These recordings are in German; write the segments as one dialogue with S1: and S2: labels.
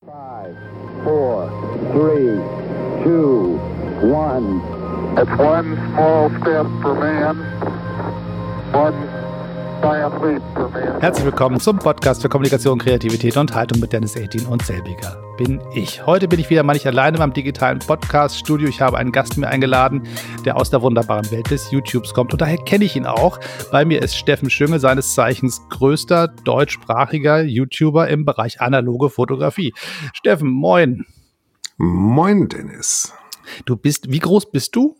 S1: 5, 4, 3, 2, 1.
S2: It's one small step for man, one giant leap for man.
S3: Herzlich willkommen zum Podcast für Kommunikation, Kreativität und Haltung mit Dennis Ehtin und selbiger bin ich. Heute bin ich wieder mal nicht alleine beim digitalen Podcast-Studio. Ich habe einen Gast mir eingeladen, der aus der wunderbaren Welt des YouTubes kommt und daher kenne ich ihn auch. Bei mir ist Steffen Schünge, seines Zeichens größter deutschsprachiger YouTuber im Bereich analoge Fotografie. Steffen, moin.
S4: Moin, Dennis.
S3: Wie groß bist du?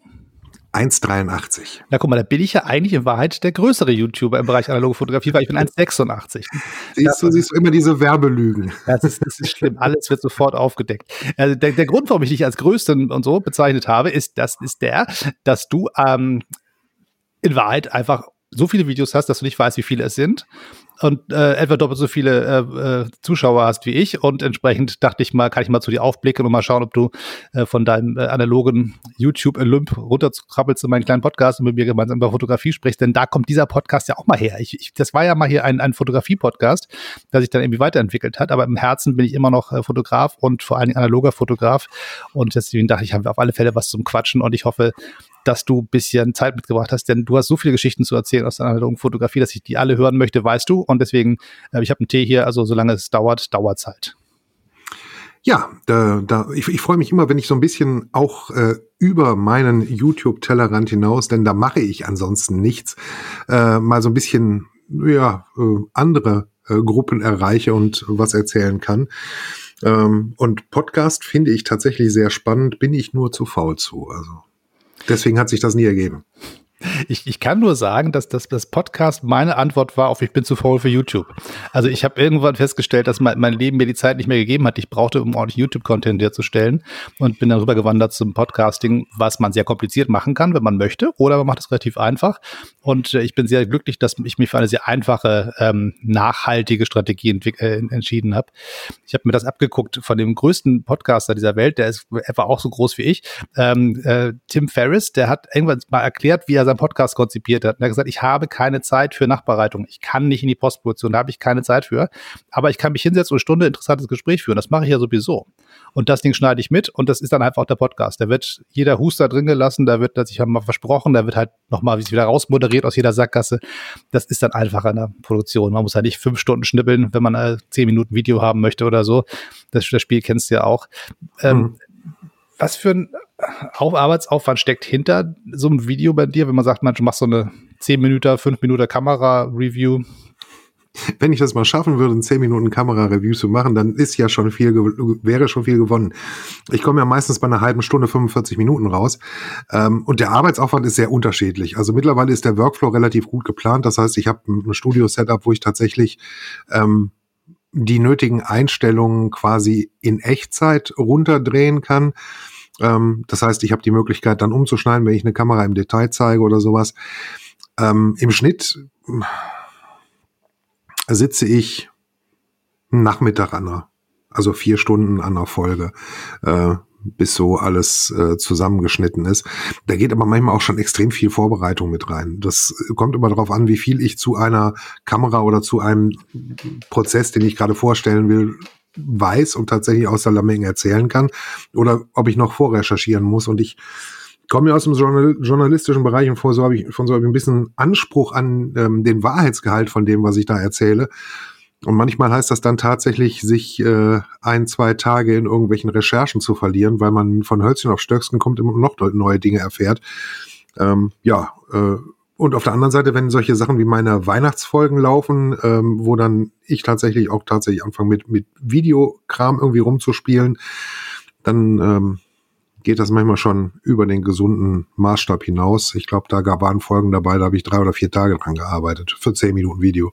S4: 1,83.
S3: Na guck mal, da bin ich ja eigentlich in Wahrheit der größere YouTuber im Bereich analoge Fotografie, weil ich bin 1,86.
S4: Siehst du immer diese Werbelügen.
S3: Das ist schlimm, alles wird sofort aufgedeckt. Also der Grund, warum ich dich als Größten und so bezeichnet habe, ist der, dass du in Wahrheit einfach so viele Videos hast, dass du nicht weißt, wie viele es sind und etwa doppelt so viele Zuschauer hast wie ich und entsprechend dachte ich mal, kann ich mal zu dir aufblicken und mal schauen, ob du von deinem analogen YouTube-Olymp runterkrabbelst in meinen kleinen Podcast und mit mir gemeinsam über Fotografie sprichst, denn da kommt dieser Podcast ja auch mal her. Das war ja mal hier ein Fotografie-Podcast, der sich dann irgendwie weiterentwickelt hat, aber im Herzen bin ich immer noch Fotograf und vor allen Dingen analoger Fotograf und deswegen dachte ich, haben wir auf alle Fälle was zum Quatschen und ich hoffe, dass du ein bisschen Zeit mitgebracht hast, denn du hast so viele Geschichten zu erzählen aus der analogen Fotografie, dass ich die alle hören möchte, weißt du. Und deswegen, ich habe einen Tee hier, also solange es dauert, dauert's halt.
S4: Ja, ich freue mich immer, wenn ich so ein bisschen auch über meinen YouTube-Tellerrand hinaus, denn da mache ich ansonsten nichts, mal so ein bisschen andere Gruppen erreiche und was erzählen kann. Und Podcast finde ich tatsächlich sehr spannend, bin ich nur zu faul zu, also. Deswegen hat sich das nie ergeben.
S3: Ich kann nur sagen, dass das Podcast meine Antwort war auf ich bin zu faul für YouTube. Also ich habe irgendwann festgestellt, dass mein Leben mir die Zeit nicht mehr gegeben hat. Ich brauchte, um ordentlich YouTube-Content herzustellen und bin dann rübergewandert zum Podcasting, was man sehr kompliziert machen kann, wenn man möchte, oder man macht es relativ einfach. Und ich bin sehr glücklich, dass ich mich für eine sehr einfache, nachhaltige Strategie entschieden habe. Ich habe mir das abgeguckt von dem größten Podcaster dieser Welt, der ist etwa auch so groß wie ich, Tim Ferriss, der hat irgendwann mal erklärt, wie er seinen Podcast konzipiert hat. Und er hat gesagt, ich habe keine Zeit für Nachbereitung. Ich kann nicht in die Postproduktion, da habe ich keine Zeit für. Aber ich kann mich hinsetzen und eine Stunde interessantes Gespräch führen. Das mache ich ja sowieso. Und das Ding schneide ich mit und das ist dann einfach auch der Podcast. Da wird jeder Huster drin gelassen, da wird, ich habe mal versprochen, da wird halt nochmal wieder rausmoderiert aus jeder Sackgasse. Das ist dann einfacher in der Produktion. Man muss halt nicht 5 Stunden schnippeln, wenn man 10 Minuten Video haben möchte oder so. Das Spiel kennst du ja auch. Was für ein Arbeitsaufwand steckt hinter so einem Video bei dir, wenn man sagt, du machst so eine 10 Minuten, 5 Minuten Kamera-Review?
S4: Wenn ich das mal schaffen würde, ein 10 Minuten Kamera-Review zu machen, dann ist ja wäre schon viel gewonnen. Ich komme ja meistens bei einer halben Stunde 45 Minuten raus. Und der Arbeitsaufwand ist sehr unterschiedlich. Also mittlerweile ist der Workflow relativ gut geplant. Das heißt, ich habe ein Studio-Setup, wo ich tatsächlich die nötigen Einstellungen quasi in Echtzeit runterdrehen kann. Das heißt, ich habe die Möglichkeit dann umzuschneiden, wenn ich eine Kamera im Detail zeige oder sowas. Im Schnitt sitze ich einen Nachmittag also 4 Stunden an einer Folge, bis so alles zusammengeschnitten ist. Da geht aber manchmal auch schon extrem viel Vorbereitung mit rein. Das kommt immer darauf an, wie viel ich zu einer Kamera oder zu einem Prozess, den ich gerade vorstellen will, weiß und tatsächlich aus der Menge erzählen kann oder ob ich noch vorrecherchieren muss. Und ich komme ja aus dem journalistischen Bereich und so habe ich ein bisschen Anspruch an den Wahrheitsgehalt von dem, was ich da erzähle. Und manchmal heißt das dann tatsächlich, sich 1-2 Tage in irgendwelchen Recherchen zu verlieren, weil man von Hölzchen auf Stöcksken kommt, immer noch neue Dinge erfährt. Und auf der anderen Seite, wenn solche Sachen wie meine Weihnachtsfolgen laufen, wo dann ich tatsächlich anfange mit Videokram irgendwie rumzuspielen, dann geht das manchmal schon über den gesunden Maßstab hinaus. Ich glaube, da waren Folgen dabei, da habe ich 3 oder 4 Tage dran gearbeitet, für 10 Minuten Video.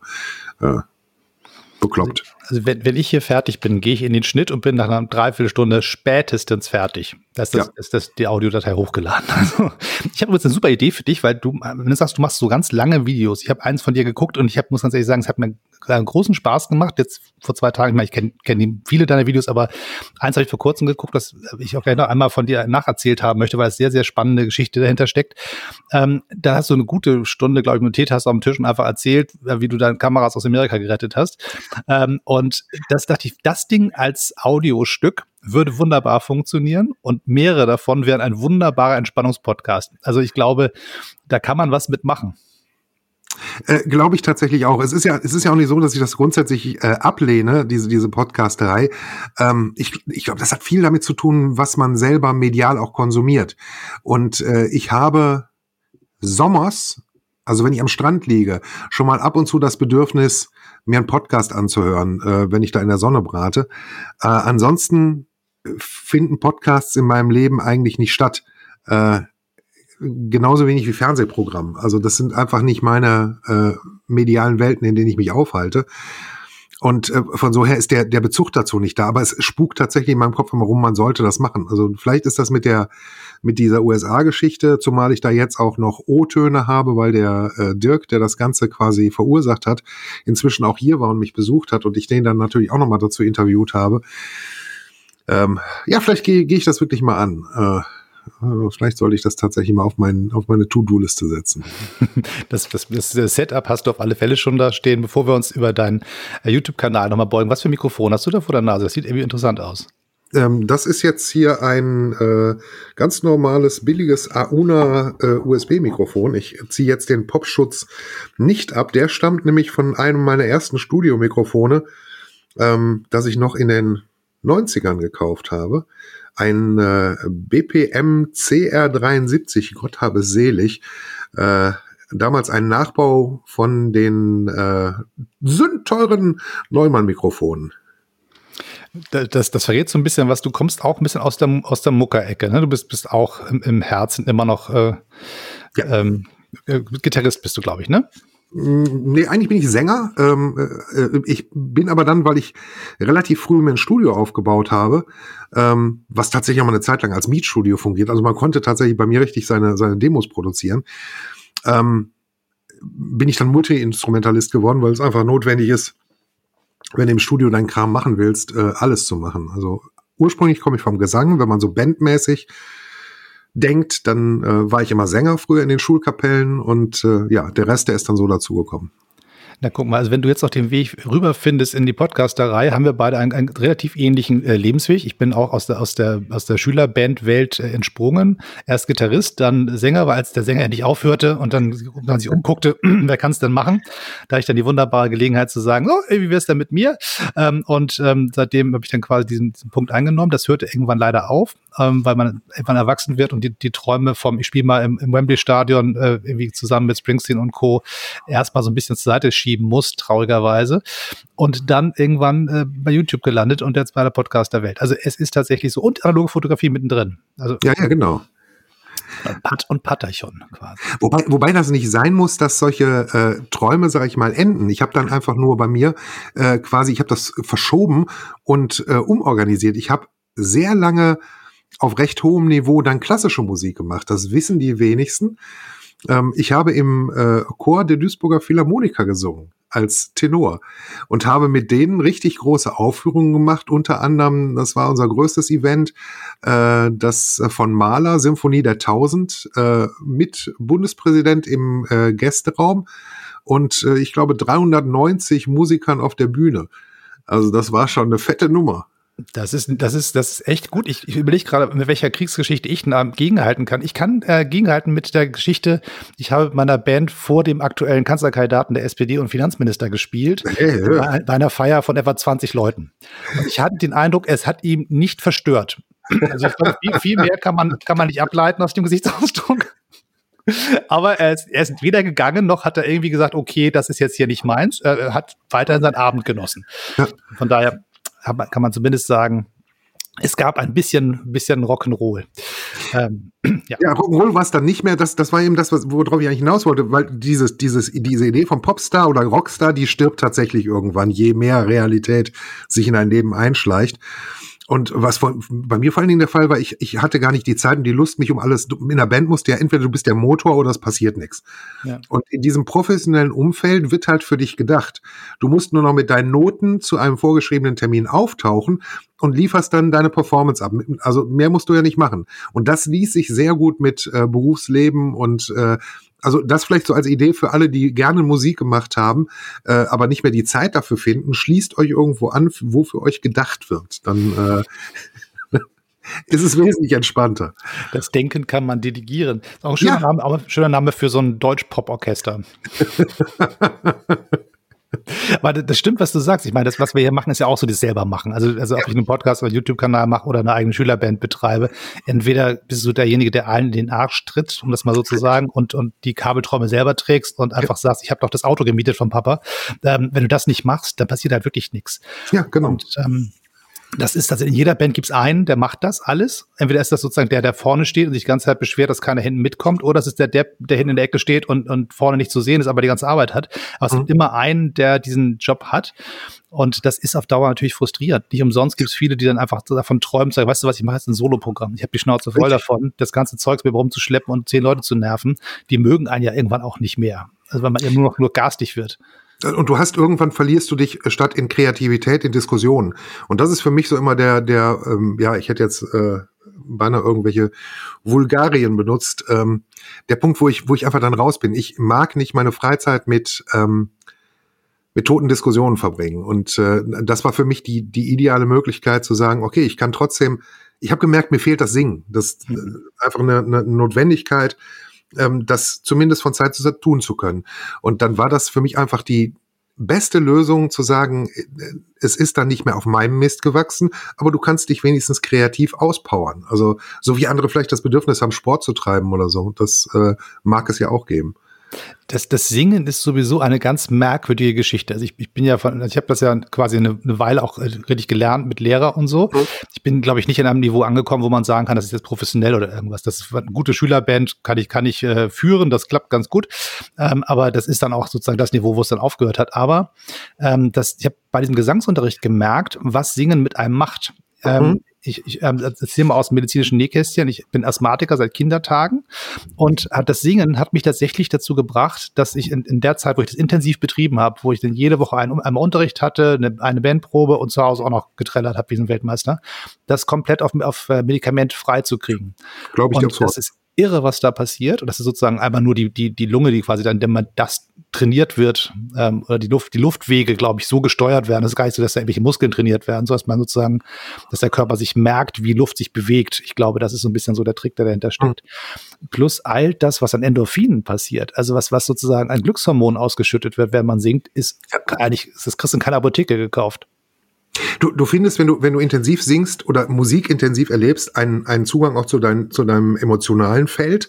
S4: Bekloppt.
S3: Also wenn ich hier fertig bin, gehe ich in den Schnitt und bin nach einer Dreiviertelstunde spätestens fertig. Da ist die Audiodatei hochgeladen. Also, ich habe übrigens eine super Idee für dich, weil wenn du sagst, du machst so ganz lange Videos. Ich habe eins von dir geguckt und muss ganz ehrlich sagen, es hat mir einen großen Spaß gemacht. Jetzt vor 2 Tagen, ich kenne viele deiner Videos, aber eins habe ich vor kurzem geguckt, das ich auch gleich noch einmal von dir nacherzählt haben möchte, weil es sehr, sehr spannende Geschichte dahinter steckt. Da hast du eine gute Stunde, glaube ich, mit Teetasse am Tisch und einfach erzählt, wie du deine Kameras aus Amerika gerettet hast. Und das dachte ich, das Ding als Audiostück würde wunderbar funktionieren und mehrere davon wären ein wunderbarer Entspannungspodcast. Also ich glaube, da kann man was mitmachen.
S4: Glaube ich tatsächlich auch. Es ist ja auch nicht so, dass ich das grundsätzlich ablehne, diese Podcasterei. Ich glaube, das hat viel damit zu tun, was man selber medial auch konsumiert. Und ich habe sommers, also wenn ich am Strand liege, schon mal ab und zu das Bedürfnis, mir einen Podcast anzuhören, wenn ich da in der Sonne brate. Ansonsten finden Podcasts in meinem Leben eigentlich nicht statt. Genauso wenig wie Fernsehprogramm. Also das sind einfach nicht meine medialen Welten, in denen ich mich aufhalte. Und von so her ist der Bezug dazu nicht da. Aber es spukt tatsächlich in meinem Kopf immer rum, man sollte das machen. Also vielleicht ist das mit dieser USA-Geschichte, zumal ich da jetzt auch noch O-Töne habe, weil der Dirk, der das Ganze quasi verursacht hat, inzwischen auch hier war und mich besucht hat und ich den dann natürlich auch nochmal dazu interviewt habe. Ja, vielleicht gehe ich das wirklich mal an. Vielleicht sollte ich das tatsächlich mal auf meine To-Do-Liste setzen.
S3: Das Setup hast du auf alle Fälle schon da stehen. Bevor wir uns über deinen YouTube-Kanal nochmal beugen, was für ein Mikrofon hast du da vor der Nase? Das sieht irgendwie interessant aus.
S4: Das ist jetzt hier ein ganz normales, billiges Auna USB-Mikrofon. Ich ziehe jetzt den Popschutz nicht ab. Der stammt nämlich von einem meiner ersten Studiomikrofone, das ich noch in den 90ern gekauft habe. Ein BPM CR73, Gott habe es selig. Damals ein Nachbau von den sündteuren Neumann-Mikrofonen.
S3: Das verrät so ein bisschen was. Du kommst auch ein bisschen aus der Mucker-Ecke. Ne? Du bist auch im Herzen immer noch Gitarrist bist du, glaube ich, ne?
S4: Nee, eigentlich bin ich Sänger. Ich bin aber dann, weil ich relativ früh mir ein Studio aufgebaut habe, was tatsächlich auch mal eine Zeit lang als Mietstudio fungiert. Also man konnte tatsächlich bei mir richtig seine Demos produzieren. Bin ich dann Multi-Instrumentalist geworden, weil es einfach notwendig ist, wenn du im Studio deinen Kram machen willst, alles zu machen. Also ursprünglich komme ich vom Gesang, wenn man so bandmäßig denkt, dann war ich immer Sänger früher in den Schulkapellen und der Rest, der ist dann so dazugekommen.
S3: Na guck mal, also wenn du jetzt noch den Weg rüber findest in die Podcasterei, haben wir beide einen relativ ähnlichen Lebensweg. Ich bin auch aus der Schülerbandwelt entsprungen. Erst Gitarrist, dann Sänger, weil als der Sänger endlich aufhörte und dann sich umguckte, wer kann es denn machen? Da hatte ich dann die wunderbare Gelegenheit zu sagen, oh, wie wär's denn mit mir? Seitdem habe ich dann quasi diesen Punkt eingenommen. Das hörte irgendwann leider auf, weil man irgendwann erwachsen wird und die Träume ich spiele mal im Wembley-Stadion irgendwie zusammen mit Springsteen und Co. erstmal so ein bisschen zur Seite schieben muss, traurigerweise. Und dann irgendwann bei YouTube gelandet und jetzt bei der Podcast der Welt. Also es ist tatsächlich so. Und analoge Fotografie mittendrin. Also,
S4: ja, genau.
S3: Pat und Patterchon quasi.
S4: Wobei das nicht sein muss, dass solche Träume, sag ich mal, enden. Ich habe dann einfach nur bei mir ich habe das verschoben und umorganisiert. Ich habe sehr lange auf recht hohem Niveau dann klassische Musik gemacht. Das wissen die wenigsten. Ich habe im Chor der Duisburger Philharmoniker gesungen als Tenor und habe mit denen richtig große Aufführungen gemacht. Unter anderem, das war unser größtes Event, das von Mahler, Symphonie der 1000, mit Bundespräsident im Gästeraum und ich glaube 390 Musikern auf der Bühne. Also das war schon eine fette Nummer.
S3: Das ist echt gut. Ich überlege gerade, mit welcher Kriegsgeschichte ich gegenhalten kann. Ich kann gegenhalten mit der Geschichte, ich habe mit meiner Band vor dem aktuellen Kanzlerkandidaten der SPD und Finanzminister gespielt, bei einer Feier von etwa 20 Leuten. Und ich hatte den Eindruck, es hat ihm nicht verstört. Also ich glaube, viel mehr kann man nicht ableiten aus dem Gesichtsausdruck. Aber er ist weder gegangen, noch hat er irgendwie gesagt, okay, das ist jetzt hier nicht meins. Er hat weiterhin seinen Abend genossen. Ja. Von daher kann man zumindest sagen, es gab ein bisschen Rock'n'Roll.
S4: Ja, Rock'n'Roll war es dann nicht mehr. Das war eben das, worauf ich eigentlich hinaus wollte, weil diese Idee vom Popstar oder Rockstar, die stirbt tatsächlich irgendwann, je mehr Realität sich in ein Leben einschleicht. Und was bei mir vor allen Dingen der Fall war, ich hatte gar nicht die Zeit und die Lust, mich um alles, in der Band musst du ja entweder du bist der Motor oder es passiert nichts. Ja. Und in diesem professionellen Umfeld wird halt für dich gedacht. Du musst nur noch mit deinen Noten zu einem vorgeschriebenen Termin auftauchen und lieferst dann deine Performance ab. Also mehr musst du ja nicht machen. Und das ließ sich sehr gut mit Berufsleben und also das vielleicht so als Idee für alle, die gerne Musik gemacht haben, aber nicht mehr die Zeit dafür finden, schließt euch irgendwo an, wo für euch gedacht wird. Dann ist es wesentlich entspannter.
S3: Das Denken kann man delegieren. Auch ein schöner Name, auch ein schöner Name für so ein Deutsch-Pop-Orchester. Aber das stimmt, was du sagst. Ich meine, das, was wir hier machen, ist ja auch so das selber machen. Also ob ich einen Podcast oder einen YouTube-Kanal mache oder eine eigene Schülerband betreibe, entweder bist du derjenige, der allen in den Arsch tritt, um das mal so zu sagen, und die Kabeltrommel selber trägst und einfach sagst, ich habe doch das Auto gemietet vom Papa. Wenn du das nicht machst, dann passiert halt wirklich nichts. Ja, genau. Und das ist in jeder Band gibt's einen, der macht das alles. Entweder ist das sozusagen der vorne steht und sich die ganze Zeit beschwert, dass keiner hinten mitkommt, oder es ist der hinten in der Ecke steht und vorne nicht zu sehen ist, aber die ganze Arbeit hat. Aber es gibt immer einen, der diesen Job hat. Und das ist auf Dauer natürlich frustrierend. Nicht umsonst gibt's viele, die dann einfach davon träumen, sagen, weißt du was, ich mache jetzt ein Soloprogramm. Ich habe die Schnauze voll davon, das ganze Zeugs mir rumzuschleppen und 10 Leute zu nerven. Die mögen einen ja irgendwann auch nicht mehr. Also weil man ja nur garstig wird.
S4: Und du hast irgendwann verlierst du dich statt in Kreativität in Diskussionen. Und das ist für mich so immer ich hätte jetzt beinahe irgendwelche Vulgarien benutzt. Der Punkt, wo ich einfach dann raus bin. Ich mag nicht meine Freizeit mit toten Diskussionen verbringen. Und das war für mich die ideale Möglichkeit zu sagen, okay, ich kann trotzdem, ich habe gemerkt, mir fehlt das Singen. Das ist einfach eine Notwendigkeit, das zumindest von Zeit zu Zeit tun zu können. Und dann war das für mich einfach die beste Lösung zu sagen, es ist dann nicht mehr auf meinem Mist gewachsen, aber du kannst dich wenigstens kreativ auspowern. Also so wie andere vielleicht das Bedürfnis haben, Sport zu treiben oder so. Das mag es ja auch geben.
S3: Das Singen ist sowieso eine ganz merkwürdige Geschichte. Also ich bin ja ich habe das ja quasi eine Weile auch richtig gelernt mit Lehrer und so. Ich bin, glaube ich, nicht in einem Niveau angekommen, wo man sagen kann, das ist jetzt professionell oder irgendwas. Das ist eine gute Schülerband, kann ich führen, das klappt ganz gut. Aber das ist dann auch sozusagen das Niveau, wo es dann aufgehört hat. Aber ich habe bei diesem Gesangsunterricht gemerkt, was Singen mit einem macht. Ich erzähle mal aus dem medizinischen Nähkästchen. Ich bin Asthmatiker seit Kindertagen und das Singen hat mich tatsächlich dazu gebracht, dass ich in der Zeit, wo ich das intensiv betrieben habe, wo ich dann jede Woche einmal Unterricht hatte, eine Bandprobe und zu Hause auch noch getrellert habe wie ein Weltmeister, das komplett auf Medikament frei zu kriegen.
S4: Glaube ich dir
S3: das ist irre, was da passiert. Und das ist sozusagen einmal nur die Lunge, die quasi dann, wenn man das trainiert wird, oder die Luftwege, glaube ich, so gesteuert werden. Das ist gar nicht so, dass da irgendwelche Muskeln trainiert werden, so dass man sozusagen, dass der Körper sich merkt, wie Luft sich bewegt. Ich glaube, das ist so ein bisschen so der Trick, der dahinter steckt. Plus all das, was an Endorphinen passiert, also was sozusagen ein Glückshormon ausgeschüttet wird, wenn man singt, ist eigentlich, das kriegst du in keiner Apotheke gekauft.
S4: Du findest, wenn du intensiv singst oder Musik intensiv erlebst, einen Zugang auch zu deinem emotionalen Feld,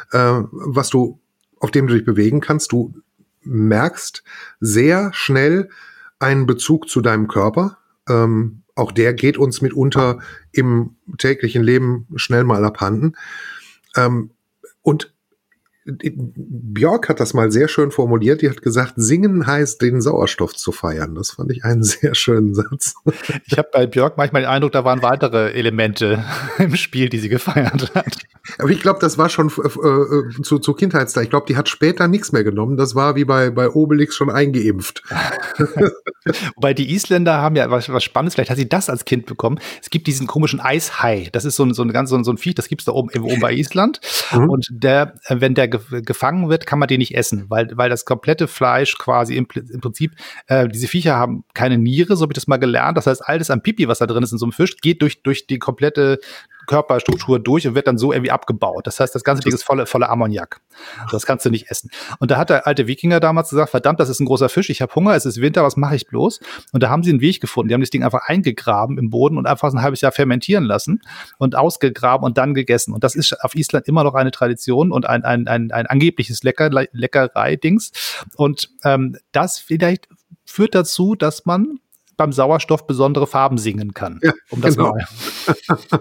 S4: auf dem du dich bewegen kannst. Du merkst sehr schnell einen Bezug zu deinem Körper. Auch der geht uns mitunter im täglichen Leben schnell mal abhanden. Und Björk hat das mal sehr schön formuliert. Die hat gesagt, singen heißt, den Sauerstoff zu feiern. Das fand ich einen sehr schönen Satz.
S3: Ich habe bei Björk manchmal den Eindruck, da waren weitere Elemente im Spiel, die sie gefeiert hat.
S4: Aber ich glaube, das war schon zu Kindheitszeit. Ich glaube, die hat später nichts mehr genommen. Das war wie bei Obelix schon eingeimpft.
S3: Wobei die Isländer haben ja was Spannendes. Vielleicht hat sie das als Kind bekommen. Es gibt diesen komischen Eishai. Das ist so ein Viech, das gibt's da oben bei Island. Und wenn der gefangen wird, kann man den nicht essen, weil das komplette Fleisch quasi im Prinzip, diese Viecher haben keine Niere, so habe ich das mal gelernt. Das heißt, alles an Pipi, was da drin ist in so einem Fisch, geht durch die komplette Körperstruktur durch und wird dann so irgendwie abgebaut. Das heißt, das ganze Ding ist voller Ammoniak. Das kannst du nicht essen. Und da hat der alte Wikinger damals gesagt, verdammt, das ist ein großer Fisch, ich habe Hunger, es ist Winter, was mache ich bloß? Und da haben sie einen Weg gefunden. Die haben das Ding einfach eingegraben im Boden und einfach ein halbes Jahr fermentieren lassen und ausgegraben und dann gegessen. Und das ist auf Island immer noch eine Tradition und ein angebliches Leckerei-Dings. Und das vielleicht führt dazu, dass man beim Sauerstoff besondere Farben singen kann.
S4: Ja,
S3: das
S4: genau.
S3: mal.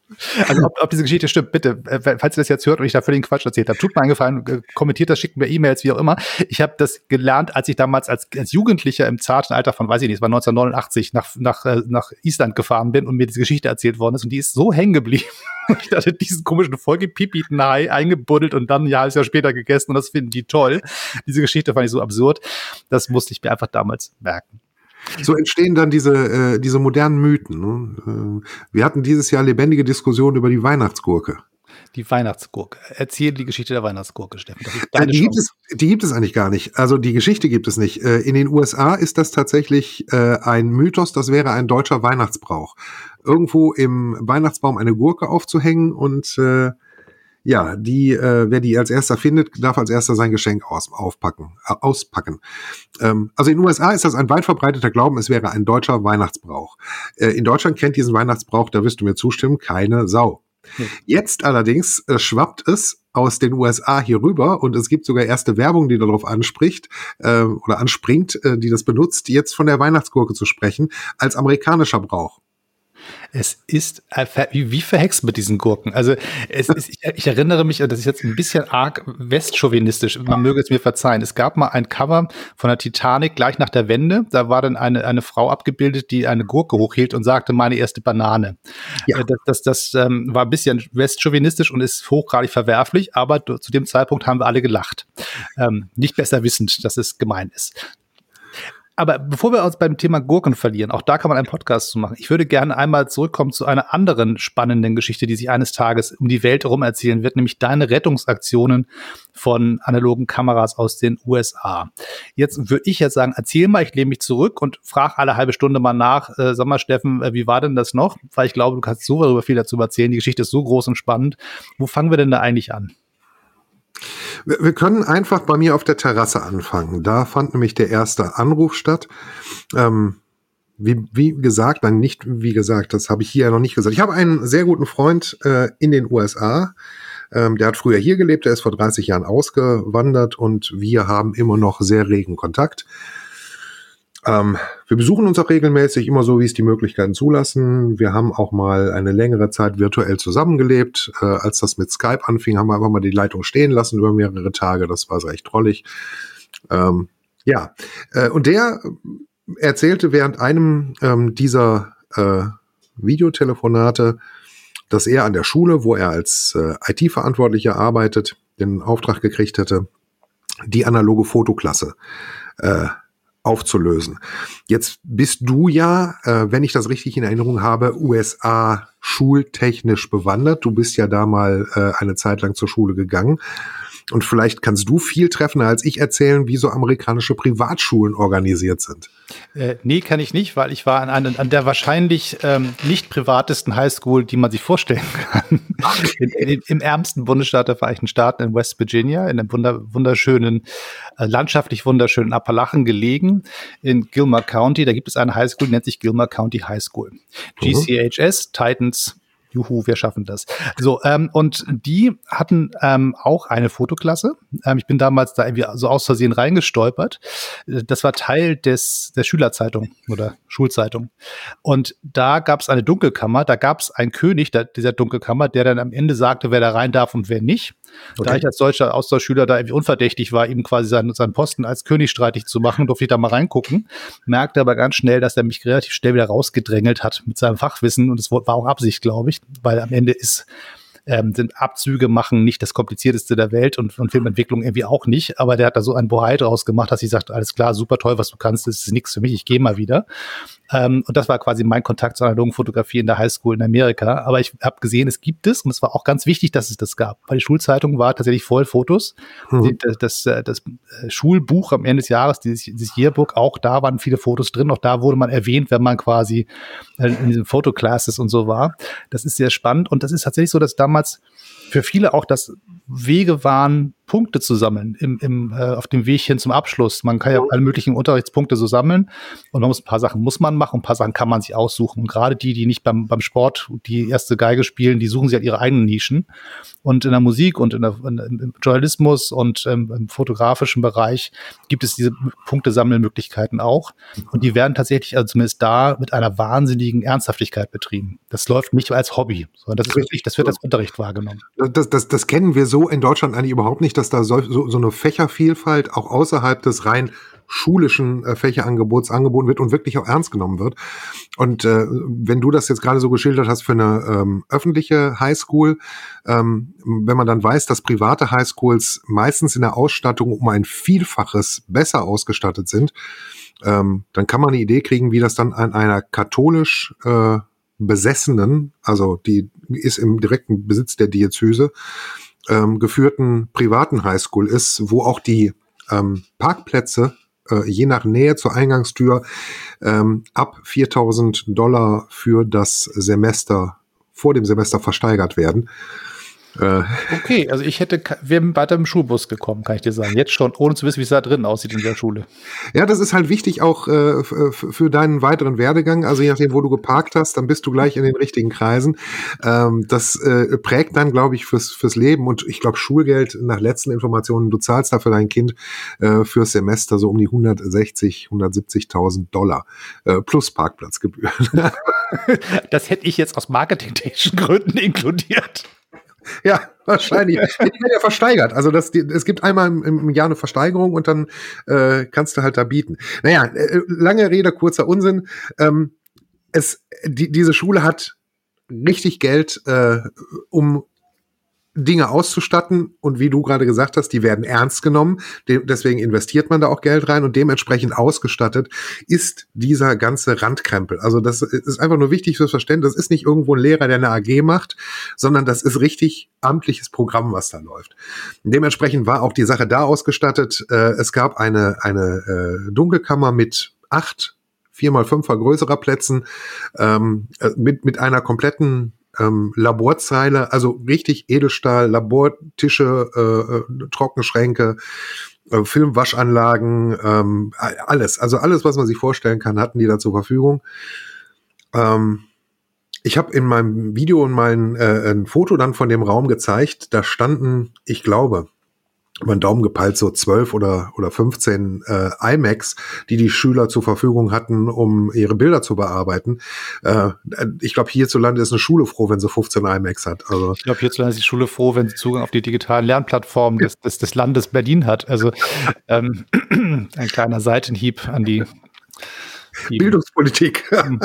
S3: Also ob diese Geschichte stimmt, bitte, falls ihr das jetzt hört und ich da völlig Quatsch erzählt habe, tut mir einen Gefallen, kommentiert das, schickt mir E-Mails, wie auch immer. Ich habe das gelernt, als ich damals als Jugendlicher im zarten Alter von, weiß ich nicht, es war 1989, nach Island gefahren bin und mir diese Geschichte erzählt worden ist und die ist so hängen geblieben. Ich hatte diesen komischen vollgepipiten Hai eingebuddelt und dann ein halbes Jahr später gegessen und das finden die toll. Diese Geschichte fand ich so absurd, das musste ich mir einfach damals merken.
S4: So entstehen dann diese modernen Mythen. Ne? Wir hatten dieses Jahr lebendige Diskussionen über die Weihnachtsgurke.
S3: Die Weihnachtsgurke. Erzähl die Geschichte der Weihnachtsgurke, Steffen.
S4: Die gibt es eigentlich gar nicht. Also die Geschichte gibt es nicht. In den USA ist das tatsächlich ein Mythos, das wäre ein deutscher Weihnachtsbrauch. Irgendwo im Weihnachtsbaum eine Gurke aufzuhängen und wer die als erster findet, darf als erster sein Geschenk auspacken. Also in den USA ist das ein weit verbreiteter Glauben, es wäre ein deutscher Weihnachtsbrauch. In Deutschland kennt diesen Weihnachtsbrauch, da wirst du mir zustimmen, keine Sau. Jetzt allerdings schwappt es aus den USA hier rüber und es gibt sogar erste Werbung, die darauf anspringt, die das benutzt, jetzt von der Weihnachtsgurke zu sprechen, als amerikanischer Brauch.
S3: Es ist wie verhext mit diesen Gurken. Also ich erinnere mich, das ist jetzt ein bisschen arg westchauvinistisch, man möge es mir verzeihen. Es gab mal ein Cover von der Titanic gleich nach der Wende. Da war dann eine Frau abgebildet, die eine Gurke hochhielt und sagte, meine erste Banane. Ja. Das war ein bisschen westchauvinistisch und ist hochgradig verwerflich, aber zu dem Zeitpunkt haben wir alle gelacht. Nicht besser wissend, dass es gemein ist. Aber bevor wir uns beim Thema Gurken verlieren, auch da kann man einen Podcast zu machen. Ich würde gerne einmal zurückkommen zu einer anderen spannenden Geschichte, die sich eines Tages um die Welt herum erzählen wird, nämlich deine Rettungsaktionen von analogen Kameras aus den USA. Jetzt würde ich jetzt sagen, erzähl mal, ich lehne mich zurück und frage alle halbe Stunde mal nach, sag mal Steffen, wie war denn das noch? Weil ich glaube, du kannst so viel dazu erzählen, die Geschichte ist so groß und spannend. Wo fangen wir denn da eigentlich an?
S4: Wir können einfach bei mir auf der Terrasse anfangen. Da fand nämlich der erste Anruf statt. Wie gesagt, das habe ich hier ja noch nicht gesagt. Ich habe einen sehr guten Freund in den USA. Der hat früher hier gelebt, der ist vor 30 Jahren ausgewandert und wir haben immer noch sehr regen Kontakt. Wir besuchen uns auch regelmäßig, immer so, wie es die Möglichkeiten zulassen. Wir haben auch mal eine längere Zeit virtuell zusammengelebt. Als das mit Skype anfing, haben wir einfach mal die Leitung stehen lassen über mehrere Tage. Das war recht drollig. Und der erzählte während einem dieser Videotelefonate, dass er an der Schule, wo er als IT-Verantwortlicher arbeitet, den Auftrag gekriegt hätte, die analoge Fotoklasse aufzulösen. Jetzt bist du ja, wenn ich das richtig in Erinnerung habe, USA schultechnisch bewandert. Du bist ja da mal eine Zeit lang zur Schule gegangen. Und vielleicht kannst du viel treffender als ich erzählen, wie so amerikanische Privatschulen organisiert sind.
S3: Nee, kann ich nicht, weil ich war an der wahrscheinlich nicht privatesten Highschool, die man sich vorstellen kann. Im ärmsten Bundesstaat der Vereinigten Staaten in West Virginia, in einem wunderschönen, landschaftlich wunderschönen Appalachen gelegen, in Gilmer County. Da gibt es eine Highschool, die nennt sich Gilmer County High School. GCHS, Titans. Juhu, wir schaffen das. So, und die hatten auch eine Fotoklasse. Ich bin damals da irgendwie so aus Versehen reingestolpert. Das war Teil der Schülerzeitung oder Schulzeitung. Und da gab es eine Dunkelkammer, da gab es einen König dieser Dunkelkammer, der dann am Ende sagte, wer da rein darf und wer nicht. Okay. Da ich als deutscher Austauschschüler da irgendwie unverdächtig war, ihm quasi seinen Posten als König streitig zu machen, durfte ich da mal reingucken, merkte aber ganz schnell, dass er mich relativ schnell wieder rausgedrängelt hat mit seinem Fachwissen und es war auch Absicht, glaube ich, weil am Ende sind Abzüge machen nicht das Komplizierteste der Welt und Filmentwicklung irgendwie auch nicht, aber der hat da so ein Bohai draus gemacht, dass ich sagte, alles klar, super toll, was du kannst, das ist nichts für mich, ich gehe mal wieder. Und das war quasi mein Kontakt zur analogen Fotografie in der Highschool in Amerika. Aber ich habe gesehen, es gibt es und es war auch ganz wichtig, dass es das gab, weil die Schulzeitung war tatsächlich voll Fotos. Das Schulbuch am Ende des Jahres, dieses Yearbook, auch da waren viele Fotos drin. Auch da wurde man erwähnt, wenn man quasi in diesen Fotoclasses und so war. Das ist sehr spannend und das ist tatsächlich so, dass damals für viele auch das Wege waren, Punkte zu sammeln auf dem Weg hin zum Abschluss. Man kann ja alle möglichen Unterrichtspunkte so sammeln und ein paar Sachen muss man machen, ein paar Sachen kann man sich aussuchen. Und gerade die nicht beim Sport die erste Geige spielen, die suchen sich halt ihre eigenen Nischen. Und in der Musik und im Journalismus und im fotografischen Bereich gibt es diese Punktesammelmöglichkeiten auch. Und die werden tatsächlich, also zumindest da, mit einer wahnsinnigen Ernsthaftigkeit betrieben. Das läuft nicht als Hobby, sondern das ist wirklich, das wird als Unterricht wahrgenommen.
S4: Das kennen wir so in Deutschland eigentlich überhaupt nicht, dass da so eine Fächervielfalt auch außerhalb des rein schulischen Fächerangebots angeboten wird und wirklich auch ernst genommen wird. Und wenn du das jetzt gerade so geschildert hast für eine öffentliche Highschool, wenn man dann weiß, dass private Highschools meistens in der Ausstattung um ein Vielfaches besser ausgestattet sind, dann kann man eine Idee kriegen, wie das dann an einer katholisch besessenen, also die ist im direkten Besitz der Diözese, geführten privaten Highschool ist, wo auch die Parkplätze je nach Nähe zur Eingangstür ab $4.000 für das Semester, vor dem Semester versteigert werden.
S3: Okay, also wäre weiter im Schulbus gekommen, kann ich dir sagen. Jetzt schon, ohne zu wissen, wie es da drin aussieht in der Schule.
S4: Ja, das ist halt wichtig auch für deinen weiteren Werdegang. Also je nachdem, wo du geparkt hast, dann bist du gleich in den richtigen Kreisen. Das prägt dann, glaube ich, fürs Leben. Und ich glaube, Schulgeld, nach letzten Informationen, du zahlst da für dein Kind fürs Semester so um die $170.000 plus Parkplatzgebühren.
S3: Das hätte ich jetzt aus marketingtechnischen Gründen inkludiert.
S4: Ja, wahrscheinlich. Die werden ja versteigert. Also es gibt einmal im Jahr eine Versteigerung und dann kannst du halt da bieten. Naja, lange Rede, kurzer Unsinn. Diese Schule hat richtig Geld, um Dinge auszustatten und wie du gerade gesagt hast, die werden ernst genommen, deswegen investiert man da auch Geld rein und dementsprechend ausgestattet ist dieser ganze Randkrempel. Also das ist einfach nur wichtig fürs Verständnis, das ist nicht irgendwo ein Lehrer, der eine AG macht, sondern das ist richtig amtliches Programm, was da läuft. Dementsprechend war auch die Sache da ausgestattet. Es gab eine Dunkelkammer mit 8 4x5er größerer Plätzen, mit einer kompletten Laborzeile, also richtig Edelstahl, Labortische, Trockenschränke, Filmwaschanlagen, alles. Also alles, was man sich vorstellen kann, hatten die da zur Verfügung. Ich habe in meinem Video mal ein Foto dann von dem Raum gezeigt. Da standen, ich glaube, über den Daumen gepeilt, so 12 oder 15 iMacs, die Schüler zur Verfügung hatten, um ihre Bilder zu bearbeiten. Ich glaube, hierzulande ist eine Schule froh, wenn sie 15 iMacs hat. Also
S3: ich glaube, hierzulande ist die Schule froh, wenn sie Zugang auf die digitalen Lernplattformen des Landes Berlin hat. Also ein kleiner Seitenhieb an die
S4: Bildungspolitik.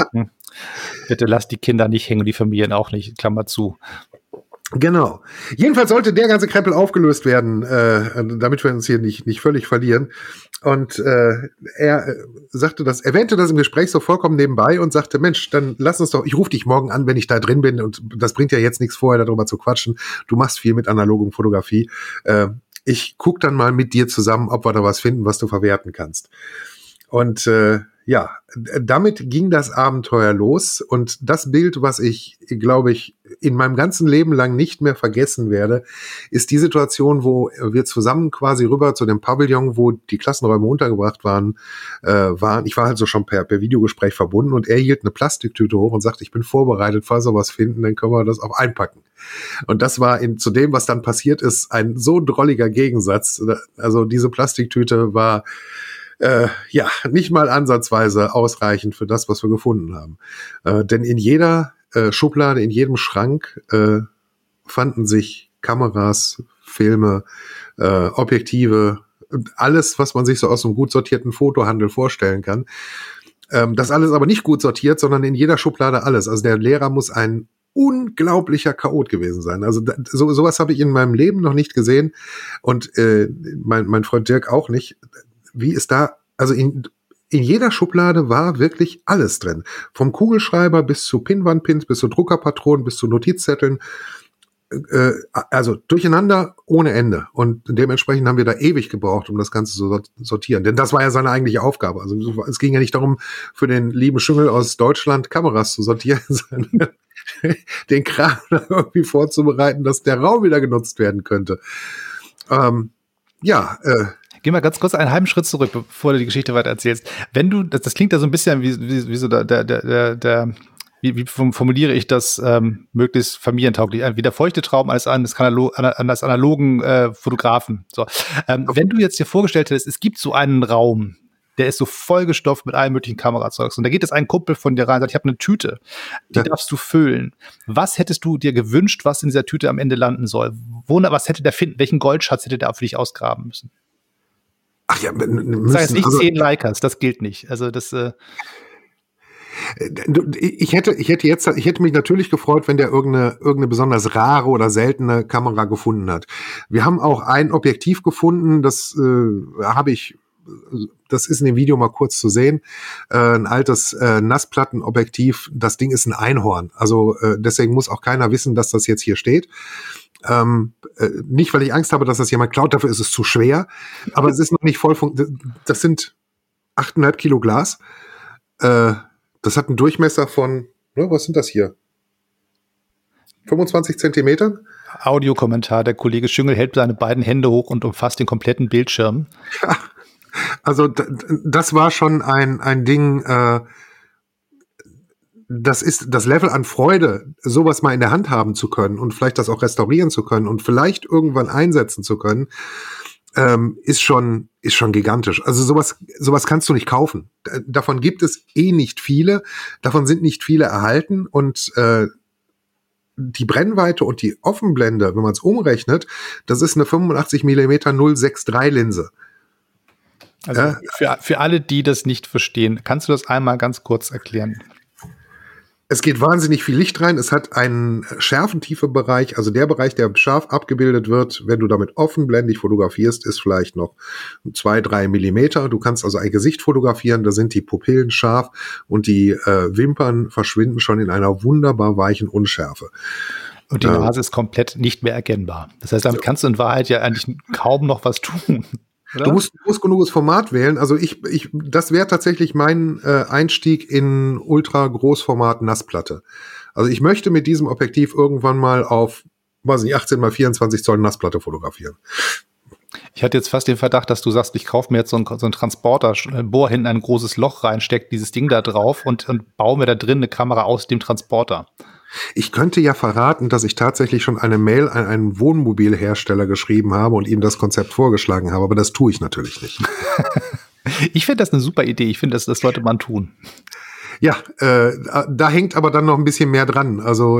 S3: Bitte lasst die Kinder nicht hängen, die Familien auch nicht, Klammer zu.
S4: Genau. Jedenfalls sollte der ganze Krempel aufgelöst werden, damit wir uns hier nicht völlig verlieren. Und er erwähnte das im Gespräch so vollkommen nebenbei und sagte, Mensch, dann lass uns doch, ich rufe dich morgen an, wenn ich da drin bin, und das bringt ja jetzt nichts vorher, darüber zu quatschen. Du machst viel mit analogem Fotografie. Ich guck dann mal mit dir zusammen, ob wir da was finden, was du verwerten kannst. Und ja, damit ging das Abenteuer los und das Bild, was ich, glaube ich, in meinem ganzen Leben lang nicht mehr vergessen werde, ist die Situation, wo wir zusammen quasi rüber zu dem Pavillon, wo die Klassenräume untergebracht waren. Ich war halt so schon per Videogespräch verbunden und er hielt eine Plastiktüte hoch und sagte, ich bin vorbereitet, falls wir was finden, dann können wir das auch einpacken. Und das war zu dem, was dann passiert ist, ein so drolliger Gegensatz. Also diese Plastiktüte war ja, nicht mal ansatzweise ausreichend für das, was wir gefunden haben. Denn in jeder Schublade, in jedem Schrank fanden sich Kameras, Filme, Objektive, alles, was man sich so aus einem gut sortierten Fotohandel vorstellen kann. Das alles aber nicht gut sortiert, sondern in jeder Schublade alles. Also der Lehrer muss ein unglaublicher Chaot gewesen sein. Also sowas habe ich in meinem Leben noch nicht gesehen und mein Freund Dirk auch nicht. Wie ist da, also in jeder Schublade war wirklich alles drin. Vom Kugelschreiber bis zu Pinwandpins, bis zu Druckerpatronen, bis zu Notizzetteln. Also durcheinander ohne Ende. Und dementsprechend haben wir da ewig gebraucht, um das Ganze zu sortieren. Denn das war ja seine eigentliche Aufgabe. Also es ging ja nicht darum, für den lieben Schüngel aus Deutschland Kameras zu sortieren, sondern den Kram irgendwie vorzubereiten, dass der Raum wieder genutzt werden könnte.
S3: Geh mal ganz kurz einen halben Schritt zurück, bevor du die Geschichte weiter erzählst. Wenn du, das klingt ja so ein bisschen wie so wie formuliere ich das möglichst familientauglich? Wie der feuchte Traum eines analogen Fotografen. So. Wenn du jetzt dir vorgestellt hättest, es gibt so einen Raum, der ist so vollgestopft mit allen möglichen Kamerazeugs. Und da geht jetzt ein Kumpel von dir rein und sagt, ich habe eine Tüte, die darfst du füllen. Was hättest du dir gewünscht, was in dieser Tüte am Ende landen soll? Was hätte der finden? Welchen Goldschatz hätte der für dich ausgraben müssen?
S4: Ach ja,
S3: sag jetzt nicht 10 Leicas, das gilt nicht. Also das
S4: ich hätte mich natürlich gefreut, wenn der irgendeine besonders rare oder seltene Kamera gefunden hat. Wir haben auch ein Objektiv gefunden, das ist in dem Video mal kurz zu sehen, ein altes Nassplattenobjektiv. Das Ding ist ein Einhorn, also deswegen muss auch keiner wissen, dass das jetzt hier steht. Nicht, weil ich Angst habe, dass das jemand klaut, dafür ist es zu schwer, aber es ist noch nicht voll das sind 8,5 Kilo Glas. Das hat einen Durchmesser von, was sind das hier? 25 Zentimetern?
S3: Audiokommentar, der Kollege Schüngel hält seine beiden Hände hoch und umfasst den kompletten Bildschirm.
S4: Ja, also das war schon ein Ding, das ist das Level an Freude, sowas mal in der Hand haben zu können und vielleicht das auch restaurieren zu können und vielleicht irgendwann einsetzen zu können, ist schon gigantisch. Also sowas kannst du nicht kaufen. Davon gibt es nicht viele. Davon sind nicht viele erhalten und die Brennweite und die Offenblende, wenn man es umrechnet, das ist eine 85 mm 0,63 Linse.
S3: Also für alle, die das nicht verstehen, kannst du das einmal ganz kurz erklären?
S4: Es geht wahnsinnig viel Licht rein. Es hat einen Schärfentiefe-Bereich, also der Bereich, der scharf abgebildet wird, wenn du damit offenblendig fotografierst, ist vielleicht noch 2-3 Millimeter. Du kannst also ein Gesicht fotografieren, da sind die Pupillen scharf und die Wimpern verschwinden schon in einer wunderbar weichen Unschärfe.
S3: Und die Nase ist komplett nicht mehr erkennbar. Das heißt, damit kannst du in Wahrheit ja eigentlich kaum noch was tun. Oder?
S4: Du musst ein groß genuges Format wählen. Also das wäre tatsächlich mein Einstieg in Ultra-Großformat Nassplatte. Also ich möchte mit diesem Objektiv irgendwann mal auf, 18x24 Zoll Nassplatte fotografieren.
S3: Ich hatte jetzt fast den Verdacht, dass du sagst, ich kaufe mir jetzt so einen Transporter, bohr hinten ein großes Loch rein, steck dieses Ding da drauf und baue mir da drin eine Kamera aus dem Transporter.
S4: Ich könnte ja verraten, dass ich tatsächlich schon eine Mail an einen Wohnmobilhersteller geschrieben habe und ihm das Konzept vorgeschlagen habe, aber das tue ich natürlich nicht.
S3: Ich finde das eine super Idee. Ich finde, das sollte man tun.
S4: Ja, da hängt aber dann noch ein bisschen mehr dran. Also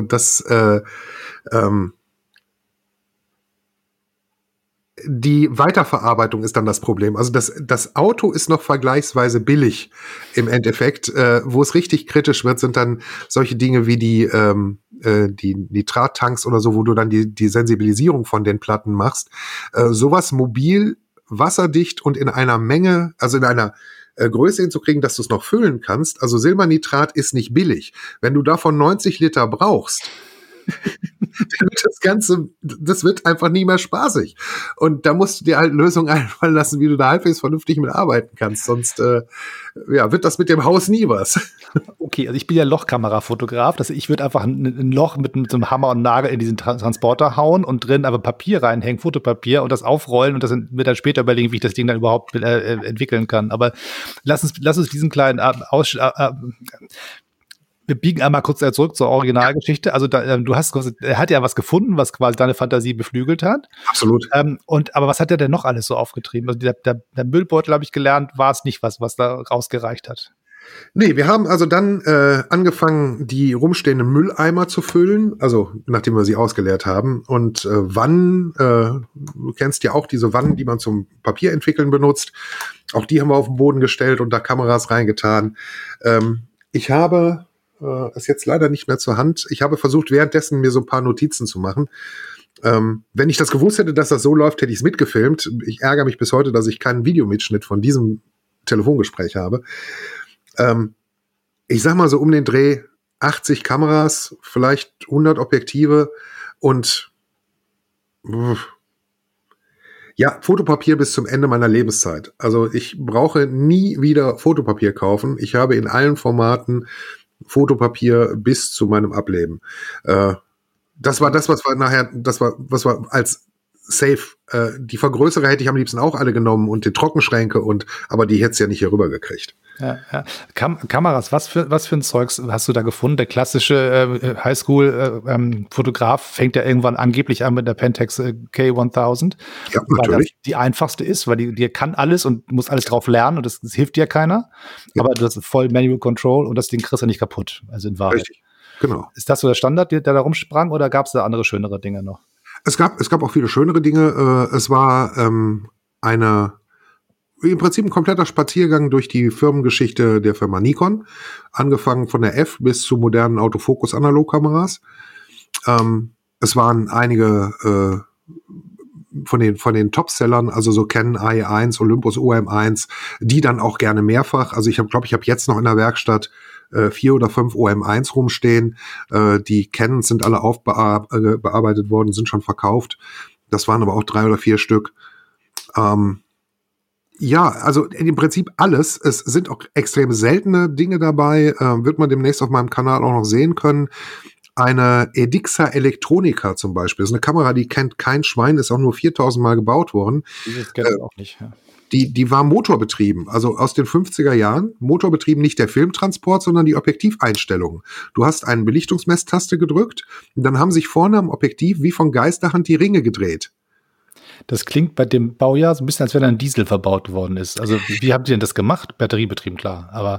S4: die Weiterverarbeitung ist dann das Problem. Also das Auto ist noch vergleichsweise billig im Endeffekt. Wo es richtig kritisch wird, sind dann solche Dinge wie die Nitrattanks oder so, wo du dann die Sensibilisierung von den Platten machst. Sowas mobil, wasserdicht und in einer Menge, also in einer Größe hinzukriegen, dass du es noch füllen kannst. Also Silbernitrat ist nicht billig. Wenn du davon 90 Liter brauchst, dann wird das wird einfach nie mehr spaßig. Und da musst du dir halt Lösungen einfallen lassen, wie du da halbwegs vernünftig mit arbeiten kannst. Sonst wird das mit dem Haus nie was.
S3: Okay, also ich bin ja Lochkamerafotograf. Ich würde einfach ein Loch mit so einem Hammer und Nagel in diesen Transporter hauen und drin aber Papier reinhängen, Fotopapier und das aufrollen und mir dann später überlegen, wie ich das Ding dann überhaupt entwickeln kann. Aber lass uns diesen kleinen wir biegen einmal kurz zurück zur Originalgeschichte. Also er hat ja was gefunden, was quasi deine Fantasie beflügelt hat.
S4: Absolut.
S3: Aber was hat er denn noch alles so aufgetrieben? Also der Müllbeutel, habe ich gelernt, war es nicht was da rausgereicht hat.
S4: Nee, wir haben also dann angefangen, die rumstehenden Mülleimer zu füllen, also nachdem wir sie ausgeleert haben. Und Wannen, du kennst ja auch diese Wannen, die man zum Papierentwickeln benutzt. Auch die haben wir auf den Boden gestellt und da Kameras reingetan. Ich habe ist jetzt leider nicht mehr zur Hand. Ich habe versucht, währenddessen mir so ein paar Notizen zu machen. Wenn ich das gewusst hätte, dass das so läuft, hätte ich es mitgefilmt. Ich ärgere mich bis heute, dass ich keinen Videomitschnitt von diesem Telefongespräch habe. Ich sag mal so um den Dreh 80 Kameras, vielleicht 100 Objektive und Fotopapier bis zum Ende meiner Lebenszeit. Also ich brauche nie wieder Fotopapier kaufen. Ich habe in allen Formaten Fotopapier bis zu meinem Ableben. Das war das, was wir als Safe, die Vergrößerer hätte ich am liebsten auch alle genommen und die Trockenschränke aber die hätte es ja nicht hier rüber gekriegt.
S3: Ja. Kameras, was für ein Zeugs hast du da gefunden? Der klassische Highschool-Fotograf fängt ja irgendwann angeblich an mit der Pentax K1000.
S4: Ja, natürlich.
S3: Weil das die einfachste ist, weil die kann alles und muss alles drauf lernen und das hilft dir keiner. Ja. Aber du hast voll Manual Control und das Ding kriegst du nicht kaputt. Also in Wahrheit. Richtig,
S4: genau.
S3: Ist das so der Standard, der da rumsprang oder gab es da andere, schönere Dinge noch?
S4: Es gab auch viele schönere Dinge. Es war im Prinzip ein kompletter Spaziergang durch die Firmengeschichte der Firma Nikon, angefangen von der F bis zu modernen Autofokus-Analogkameras. Es waren einige von den Topsellern, also so Canon AE1, Olympus OM1, die dann auch gerne mehrfach. Also ich habe jetzt noch in der Werkstatt 4 oder 5 OM1 rumstehen. Die Canons sind alle bearbeitet worden, sind schon verkauft. Das waren aber auch 3 oder 4 Stück. Ja, also im Prinzip alles. Es sind auch extrem seltene Dinge dabei. Wird man demnächst auf meinem Kanal auch noch sehen können. Eine Edixa Electronica zum Beispiel. Das ist eine Kamera, die kennt kein Schwein, ist auch nur 4000 Mal gebaut worden.
S3: Die kennt man auch nicht, ja.
S4: Die war motorbetrieben, also aus den 50er Jahren. Motorbetrieben, nicht der Filmtransport, sondern die Objektiveinstellung. Du hast eine Belichtungsmesstaste gedrückt und dann haben sich vorne am Objektiv wie von Geisterhand die Ringe gedreht.
S3: Das klingt bei dem Baujahr so ein bisschen, als wenn ein Diesel verbaut worden ist. Also wie habt ihr denn das gemacht? Batteriebetrieben, klar, aber...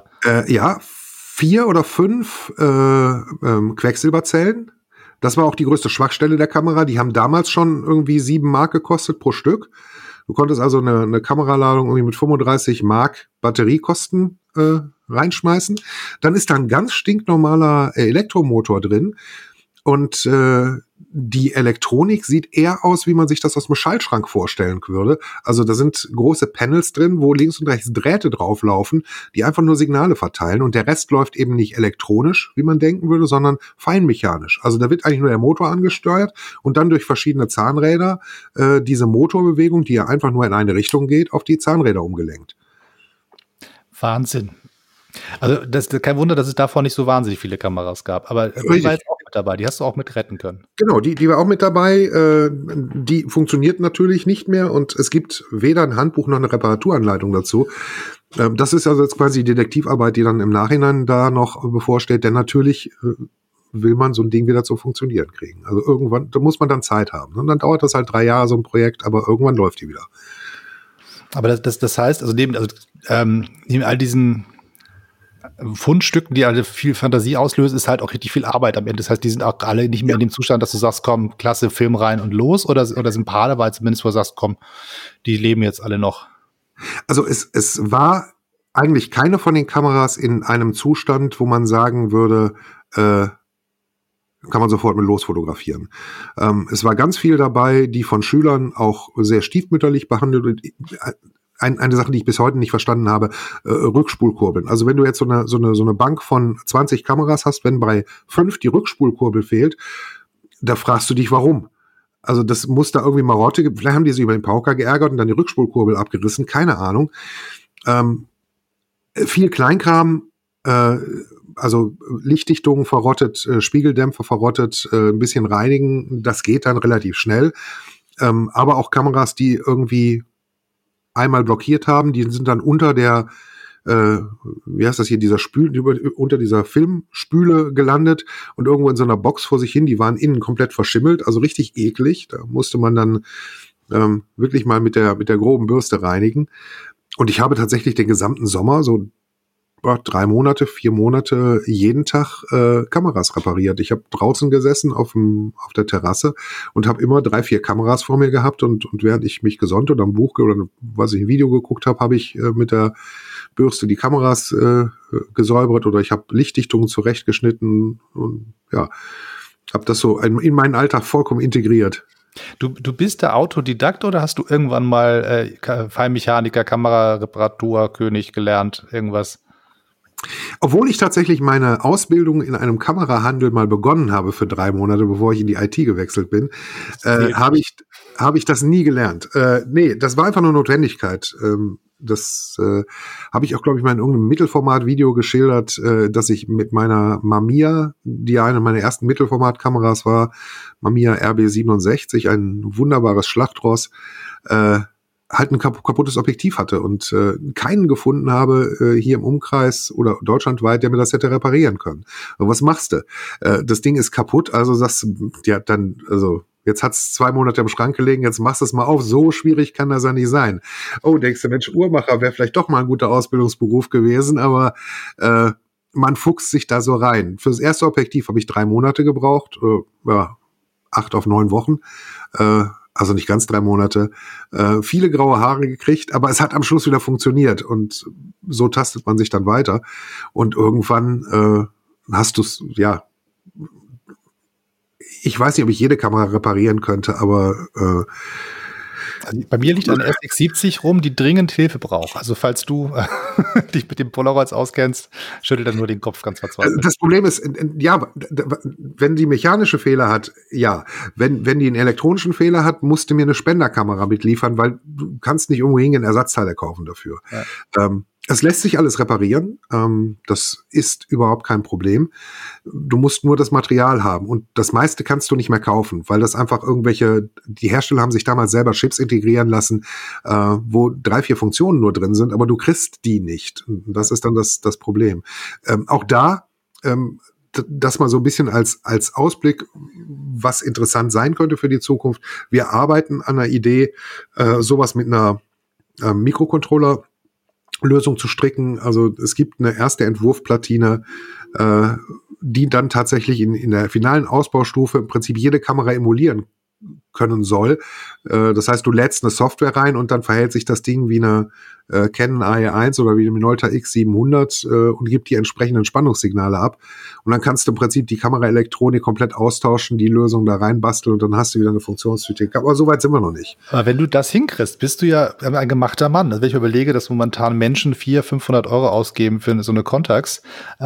S4: 4 oder 5 Quecksilberzellen. Das war auch die größte Schwachstelle der Kamera. Die haben damals schon irgendwie 7 Mark gekostet pro Stück. Du konntest also eine Kameraladung irgendwie mit 35 Mark Batteriekosten reinschmeißen. Dann ist da ein ganz stinknormaler Elektromotor drin. Und die Elektronik sieht eher aus, wie man sich das aus dem Schaltschrank vorstellen würde. Also da sind große Panels drin, wo links und rechts Drähte drauflaufen, die einfach nur Signale verteilen. Und der Rest läuft eben nicht elektronisch, wie man denken würde, sondern feinmechanisch. Also da wird eigentlich nur der Motor angesteuert und dann durch verschiedene Zahnräder diese Motorbewegung, die ja einfach nur in eine Richtung geht, auf die Zahnräder umgelenkt.
S3: Wahnsinn. Also das ist kein Wunder, dass es davor nicht so wahnsinnig viele Kameras gab. Aber die war jetzt auch mit dabei, die hast du auch mit retten können. Genau,
S4: die war auch mit dabei. Die funktioniert natürlich nicht mehr und es gibt weder ein Handbuch noch eine Reparaturanleitung dazu. Das ist also jetzt quasi die Detektivarbeit, die dann im Nachhinein da noch bevorsteht, denn natürlich will man so ein Ding wieder zum Funktionieren kriegen. Also irgendwann, da muss man dann Zeit haben. Und dann dauert das halt 3 Jahre, so ein Projekt, aber irgendwann läuft die wieder.
S3: Aber das heißt, also neben all diesen Fundstücken, die alle viel Fantasie auslösen, ist halt auch richtig viel Arbeit am Ende. Das heißt, die sind auch alle nicht mehr in dem Zustand, dass du sagst, komm, klasse, Film rein und los, oder sind ein paar dabei zumindest, wo du sagst, komm, die leben jetzt alle noch.
S4: Also es war eigentlich keine von den Kameras in einem Zustand, wo man sagen würde, kann man sofort mit losfotografieren. Es war ganz viel dabei, die von Schülern auch sehr stiefmütterlich behandelt. Eine Sache, die ich bis heute nicht verstanden habe, Rückspulkurbeln. Also wenn du jetzt so eine Bank von 20 Kameras hast, wenn bei 5 die Rückspulkurbel fehlt, da fragst du dich, warum? Also das muss da irgendwie Marotte geben. Vielleicht haben die sich über den Pauker geärgert und dann die Rückspulkurbel abgerissen, keine Ahnung. Viel Kleinkram, also Lichtdichtung verrottet, Spiegeldämpfer verrottet, ein bisschen reinigen, das geht dann relativ schnell. Aber auch Kameras, die irgendwie einmal blockiert haben, die sind dann unter der, wie heißt das hier, unter dieser Filmspüle gelandet und irgendwo in so einer Box vor sich hin, die waren innen komplett verschimmelt, also richtig eklig, da musste man dann wirklich mal mit der groben Bürste reinigen. Und ich habe tatsächlich den gesamten Sommer, so 3 Monate, 4 Monate, jeden Tag Kameras repariert. Ich habe draußen gesessen auf der Terrasse und habe immer 3, 4 Kameras vor mir gehabt und während ich mich gesonnt oder ein Buch oder was ich ein Video geguckt habe, habe ich mit der Bürste die Kameras gesäubert oder ich habe Lichtdichtungen zurechtgeschnitten und ja, habe das so in meinen Alltag vollkommen integriert.
S3: Du bist der Autodidakt oder hast du irgendwann mal Feinmechaniker, Kamerareparatur, König gelernt, irgendwas?
S4: Obwohl ich tatsächlich meine Ausbildung in einem Kamerahandel mal begonnen habe für 3 Monate, bevor ich in die IT gewechselt bin, habe ich das nie gelernt. Nee, das war einfach nur Notwendigkeit. Das habe ich auch, glaube ich, mal in irgendeinem Mittelformat-Video geschildert, dass ich mit meiner Mamiya, die ja eine meiner ersten Mittelformatkameras war, Mamiya RB67, ein wunderbares Schlachtross, halt ein kaputtes Objektiv hatte und keinen gefunden habe hier im Umkreis oder deutschlandweit, der mir das hätte reparieren können. Aber was machst du? Das Ding ist kaputt, also sagst du, ja, dann, also jetzt hat's 2 Monate im Schrank gelegen, jetzt machst du es mal auf. So schwierig kann das ja nicht sein. Oh, denkst du, Mensch, Uhrmacher wäre vielleicht doch mal ein guter Ausbildungsberuf gewesen, aber man fuchst sich da so rein. Für das erste Objektiv habe ich 3 Monate gebraucht, 8 auf 9 Wochen. Also nicht ganz 3 Monate, viele graue Haare gekriegt, aber es hat am Schluss wieder funktioniert und so tastet man sich dann weiter und irgendwann hast du es, ja, ich weiß nicht, ob ich jede Kamera reparieren könnte, aber
S3: also bei mir liegt eine SX70 rum, die dringend Hilfe braucht. Also falls du dich mit dem Polaroids auskennst, schüttel dann nur den Kopf ganz verzweifelt.
S4: Das Problem ist, ja, wenn die mechanische Fehler hat, ja. Wenn die einen elektronischen Fehler hat, musst du mir eine Spenderkamera mitliefern, weil du kannst nicht irgendwo hingehen, Ersatzteile kaufen dafür. Ja. Es lässt sich alles reparieren. Das ist überhaupt kein Problem. Du musst nur das Material haben. Und das meiste kannst du nicht mehr kaufen, weil das einfach die Hersteller haben sich damals selber Chips integrieren lassen, wo 3, 4 Funktionen nur drin sind, aber du kriegst die nicht. Das ist dann das Problem. Auch da, das mal so ein bisschen als Ausblick, was interessant sein könnte für die Zukunft. Wir arbeiten an einer Idee, sowas mit einer Mikrocontroller-Lösung zu stricken. Also es gibt eine erste Entwurfplatine, die dann tatsächlich in der finalen Ausbaustufe im Prinzip jede Kamera emulieren können soll. Das heißt, du lädst eine Software rein und dann verhält sich das Ding wie eine Canon AE1 oder wie eine Minolta X700 und gibt die entsprechenden Spannungssignale ab. Und dann kannst du im Prinzip die Kameraelektronik komplett austauschen, die Lösung da reinbasteln und dann hast du wieder eine funktionstüchtige Kamera. Aber so weit sind wir noch nicht.
S3: Aber wenn du das hinkriegst, bist du ja ein gemachter Mann. Also wenn ich überlege, dass momentan Menschen 400-500 € ausgeben für so eine Contax,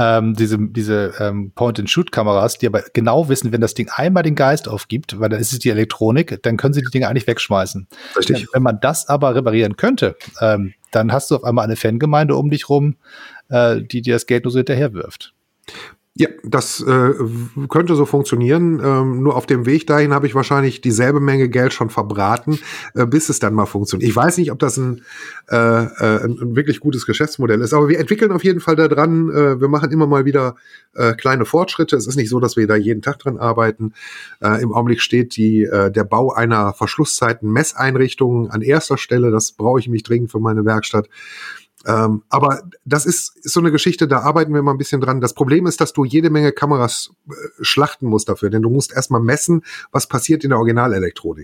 S3: diese Point-and-Shoot-Kameras, die aber genau wissen, wenn das Ding einmal den Geist aufgibt, weil dann ist es die Elektronik, dann können sie die Dinge eigentlich wegschmeißen.
S4: Richtig.
S3: Wenn man das aber reparieren könnte, dann hast du auf einmal eine Fangemeinde um dich rum, die dir das Geld nur so hinterher wirft.
S4: Ja, das könnte so funktionieren. Nur auf dem Weg dahin habe ich wahrscheinlich dieselbe Menge Geld schon verbraten, bis es dann mal funktioniert. Ich weiß nicht, ob das ein wirklich gutes Geschäftsmodell ist, aber wir entwickeln auf jeden Fall da dran. Wir machen immer mal wieder kleine Fortschritte. Es ist nicht so, dass wir da jeden Tag dran arbeiten. Im Augenblick steht der Bau einer Verschlusszeiten-Messeinrichtung an erster Stelle. Das brauche ich mich dringend für meine Werkstatt. Aber das ist so eine Geschichte, da arbeiten wir mal ein bisschen dran. Das Problem ist, dass du jede Menge Kameras schlachten musst dafür, denn du musst erstmal messen, was passiert in der Originalelektronik.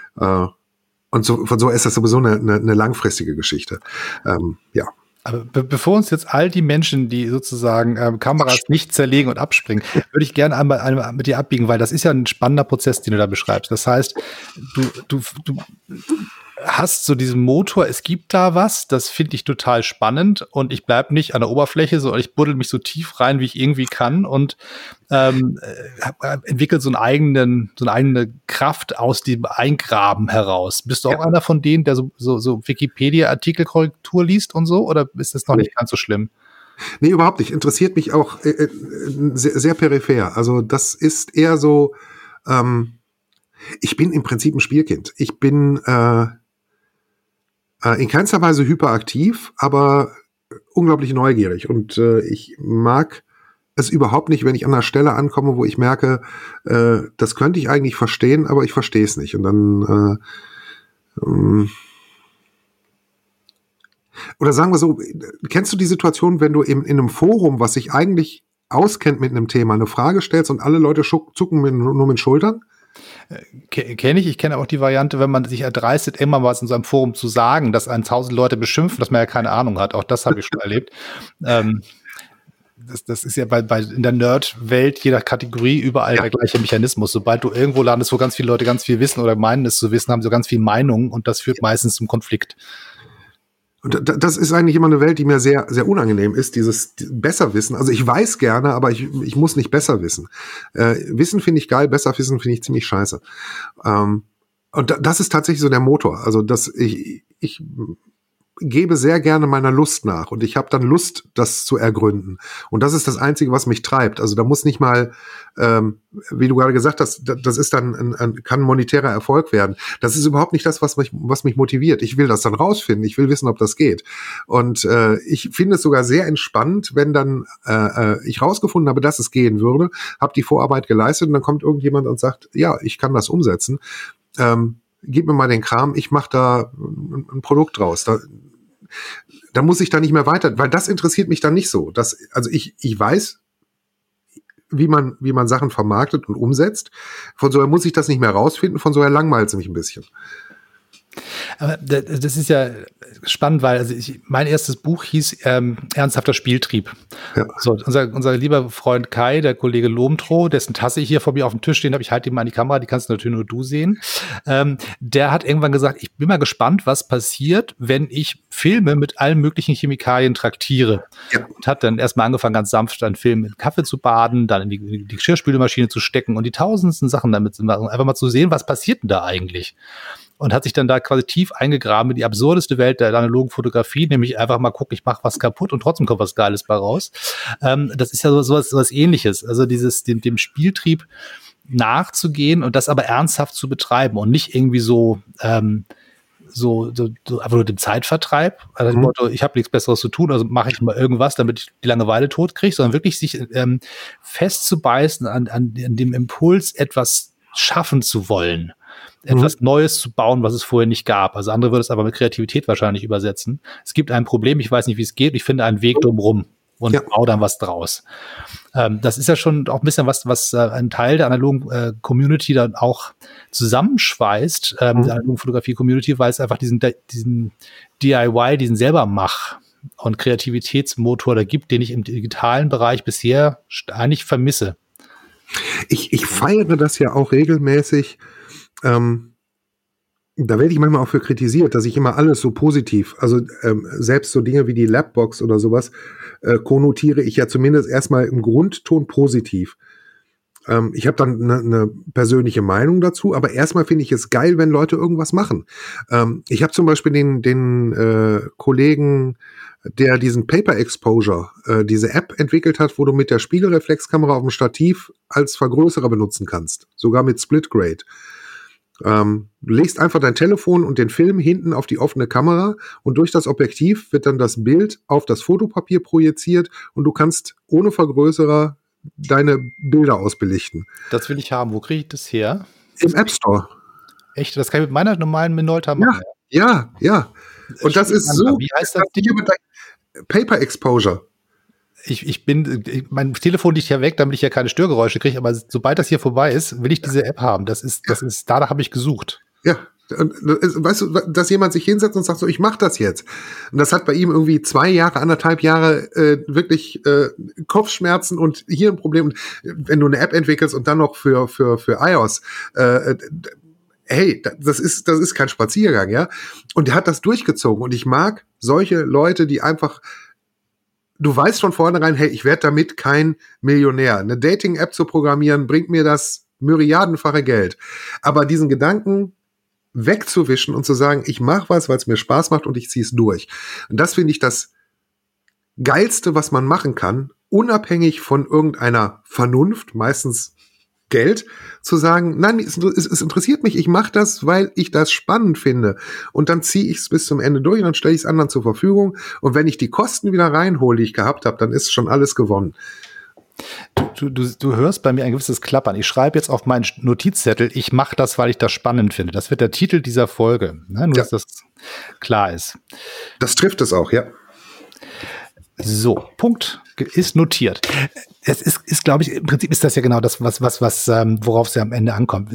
S4: Und von so ist das sowieso eine langfristige Geschichte. Ja.
S3: Aber bevor uns jetzt all die Menschen, die sozusagen Kameras nicht zerlegen und abspringen, würde ich gerne einmal mit dir abbiegen, weil das ist ja ein spannender Prozess, den du da beschreibst. Das heißt, du hast so diesen Motor, es gibt da was, das finde ich total spannend und ich bleibe nicht an der Oberfläche, sondern ich buddel mich so tief rein, wie ich irgendwie kann und entwickle so eine eigene Kraft aus dem Eingraben heraus. Bist du auch einer von denen, der so Wikipedia-Artikelkorrektur liest und so, oder ist das noch nicht ganz so schlimm?
S4: Nee, überhaupt nicht. Interessiert mich auch sehr, sehr peripher. Also das ist eher so, ich bin im Prinzip ein Spielkind. Ich bin in keinster Weise hyperaktiv, aber unglaublich neugierig. Und ich mag es überhaupt nicht, wenn ich an einer Stelle ankomme, wo ich merke, das könnte ich eigentlich verstehen, aber ich verstehe es nicht. Und dann oder sagen wir so, kennst du die Situation, wenn du in einem Forum, was sich eigentlich auskennt mit einem Thema, eine Frage stellst und alle Leute zucken nur mit Schultern?
S3: Kenne ich. Ich kenne auch die Variante, wenn man sich erdreistet, immer was in so einem Forum zu sagen, dass 1000 Leute beschimpfen, dass man ja keine Ahnung hat. Auch das habe ich schon erlebt. Das ist ja in der Nerd-Welt jeder Kategorie überall der gleiche Mechanismus. Sobald du irgendwo landest, wo ganz viele Leute ganz viel wissen oder meinen es zu wissen, haben sie ganz viel Meinung und das führt meistens zum Konflikt.
S4: Und das ist eigentlich immer eine Welt, die mir sehr, sehr unangenehm ist, dieses Besserwissen. Also ich weiß gerne, aber ich muss nicht besser wissen. Wissen finde ich geil, besser wissen finde ich ziemlich scheiße. Und das ist tatsächlich so der Motor. Also ich gebe sehr gerne meiner Lust nach und ich habe dann Lust, das zu ergründen. Und das ist das Einzige, was mich treibt. Also da muss nicht mal, wie du gerade gesagt hast, das ist dann kann ein monetärer Erfolg werden. Das ist überhaupt nicht das, was mich motiviert. Ich will das dann rausfinden. Ich will wissen, ob das geht. Und ich finde es sogar sehr entspannt, wenn dann ich rausgefunden habe, dass es gehen würde, habe die Vorarbeit geleistet und dann kommt irgendjemand und sagt, ja, ich kann das umsetzen. Gib mir mal den Kram, ich mache da ein Produkt draus. Da muss ich da nicht mehr weiter, weil das interessiert mich dann nicht so. Also ich weiß, wie man Sachen vermarktet und umsetzt. Von so her muss ich das nicht mehr rausfinden, von so her langweilt es mich ein bisschen.
S3: Aber das ist ja spannend, weil mein erstes Buch hieß Ernsthafter Spieltrieb. Ja. So, unser lieber Freund Kai, der Kollege Lomtro, dessen Tasse ich hier vor mir auf dem Tisch stehen habe, ich halte ihm mal an die Kamera, die kannst natürlich nur du sehen. Der hat irgendwann gesagt, ich bin mal gespannt, was passiert, wenn ich Filme mit allen möglichen Chemikalien traktiere. Ja. Und hat dann erstmal angefangen, ganz sanft einen Film in Kaffee zu baden, dann in die Geschirrspülmaschine zu stecken und die tausendsten Sachen damit zu machen. Einfach mal zu sehen, was passiert denn da eigentlich? Und hat sich dann da quasi tief eingegraben in die absurdeste Welt der analogen Fotografie, nämlich einfach mal gucken, ich mache was kaputt und trotzdem kommt was Geiles bei raus. Das ist ja sowas Ähnliches. Also dem Spieltrieb nachzugehen und das aber ernsthaft zu betreiben und nicht irgendwie so einfach nur dem Zeitvertreib. Also dem Motto, ich habe nichts Besseres zu tun, also mache ich mal irgendwas, damit ich die Langeweile tot kriege, sondern wirklich sich festzubeißen an dem Impuls, etwas schaffen zu wollen. Etwas Neues zu bauen, was es vorher nicht gab. Also andere würden es aber mit Kreativität wahrscheinlich übersetzen. Es gibt ein Problem, ich weiß nicht, wie es geht, ich finde einen Weg drumherum und baue dann was draus. Das ist ja schon auch ein bisschen was ein Teil der analogen Community dann auch zusammenschweißt, der analogen Fotografie-Community, weil es einfach diesen DIY, diesen Selbermach und Kreativitätsmotor da gibt, den ich im digitalen Bereich bisher eigentlich vermisse.
S4: Ich feiere das ja auch regelmäßig. Da werde ich manchmal auch für kritisiert, dass ich immer alles so positiv, also selbst so Dinge wie die Labbox oder sowas, konnotiere ich ja zumindest erstmal im Grundton positiv. Ich habe dann eine persönliche Meinung dazu, aber erstmal finde ich es geil, wenn Leute irgendwas machen. Ich habe zum Beispiel den Kollegen, der diesen Paper Exposure, diese App entwickelt hat, wo du mit der Spiegelreflexkamera auf dem Stativ als Vergrößerer benutzen kannst, sogar mit Split Grade. Du legst einfach dein Telefon und den Film hinten auf die offene Kamera und durch das Objektiv wird dann das Bild auf das Fotopapier projiziert und du kannst ohne Vergrößerer deine Bilder ausbelichten.
S3: Das will ich haben. Wo kriege ich das her?
S4: Im App Store.
S3: Echt? Das kann ich mit meiner normalen Minolta machen?
S4: Ja. Und das ist so.
S3: Wie heißt das Ding?
S4: Paper Exposure.
S3: Mein Telefon liegt ja weg, damit ich ja keine Störgeräusche kriege, aber sobald das hier vorbei ist, will ich diese App haben. Da habe ich gesucht.
S4: Ja. Und, weißt du, dass jemand sich hinsetzt und sagt so, ich mache das jetzt. Und das hat bei ihm irgendwie 1,5 Jahre wirklich Kopfschmerzen und hier ein Problem. Und wenn du eine App entwickelst und dann noch für iOS, hey, das ist kein Spaziergang, ja. Und der hat das durchgezogen. Und ich mag solche Leute, die einfach, du weißt von vornherein, hey, ich werde damit kein Millionär. Eine Dating-App zu programmieren, bringt mir das myriadenfache Geld. Aber diesen Gedanken wegzuwischen und zu sagen, ich mache was, weil es mir Spaß macht und ich ziehe es durch. Und das finde ich das Geilste, was man machen kann, unabhängig von irgendeiner Vernunft, meistens Geld, zu sagen, nein, es interessiert mich, ich mache das, weil ich das spannend finde. Und dann ziehe ich es bis zum Ende durch und dann stelle ich es anderen zur Verfügung. Und wenn ich die Kosten wieder reinhole, die ich gehabt habe, dann ist schon alles gewonnen.
S3: Du hörst bei mir ein gewisses Klappern. Ich schreibe jetzt auf meinen Notizzettel, ich mache das, weil ich das spannend finde. Das wird der Titel dieser Folge, ne? Nur, dass das klar ist.
S4: Das trifft es auch, ja.
S3: So, Punkt ist notiert. Es ist, glaube ich, im Prinzip ist das ja genau das, worauf es ja am Ende ankommt.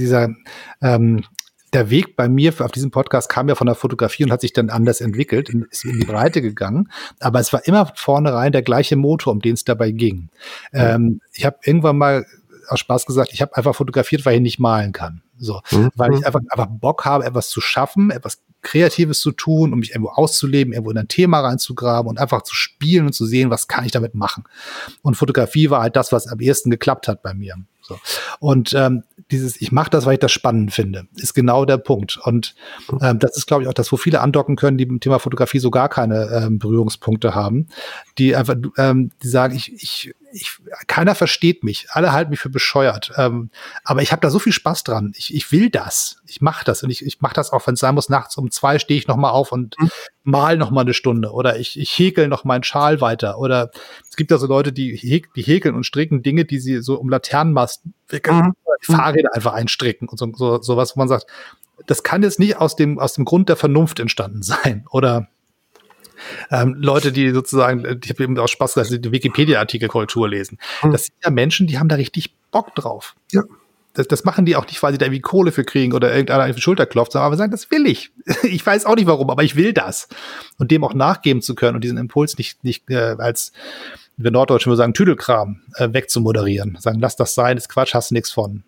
S3: Der Weg bei mir auf diesem Podcast kam ja von der Fotografie und hat sich dann anders entwickelt, ist in die Breite gegangen. Aber es war immer vornherein der gleiche Motor, um den es dabei ging. Ich habe irgendwann mal aus Spaß gesagt, ich habe einfach fotografiert, weil ich nicht malen kann. So, weil ich einfach Bock habe, etwas zu schaffen, etwas Kreatives zu tun, um mich irgendwo auszuleben, irgendwo in ein Thema reinzugraben und einfach zu spielen und zu sehen, was kann ich damit machen. Und Fotografie war halt das, was am ehesten geklappt hat bei mir. So. Und ich mache das, weil ich das spannend finde, ist genau der Punkt. Und das ist, glaube ich, auch das, wo viele andocken können, die mit dem Thema Fotografie so gar keine Berührungspunkte haben, die einfach, die sagen, keiner versteht mich, alle halten mich für bescheuert, aber ich habe da so viel Spaß dran, ich will das, ich mache das und ich mache das auch, wenn es sein muss, nachts um 2 stehe ich noch mal auf und mal noch mal eine Stunde oder ich häkel noch meinen Schal weiter oder es gibt ja so Leute, die häkeln und stricken Dinge, die sie so um Laternenmasten wickeln, die Fahrräder einfach einstricken und sowas, wo man sagt, das kann jetzt nicht aus dem Grund der Vernunft entstanden sein oder Leute, die sozusagen, ich habe eben aus Spaß gesagt, die Wikipedia-Artikelkultur lesen. Das sind ja Menschen, die haben da richtig Bock drauf.
S4: Ja.
S3: Das machen die auch nicht, weil sie da irgendwie Kohle für kriegen oder irgendeiner auf die Schulter klopft, sondern aber sagen, das will ich. Ich weiß auch nicht warum, aber ich will das. Und dem auch nachgeben zu können und diesen Impuls nicht als wir Norddeutschen würde sagen, Tüdelkram wegzumoderieren. Sagen, lass das sein, ist Quatsch, hast du nichts von.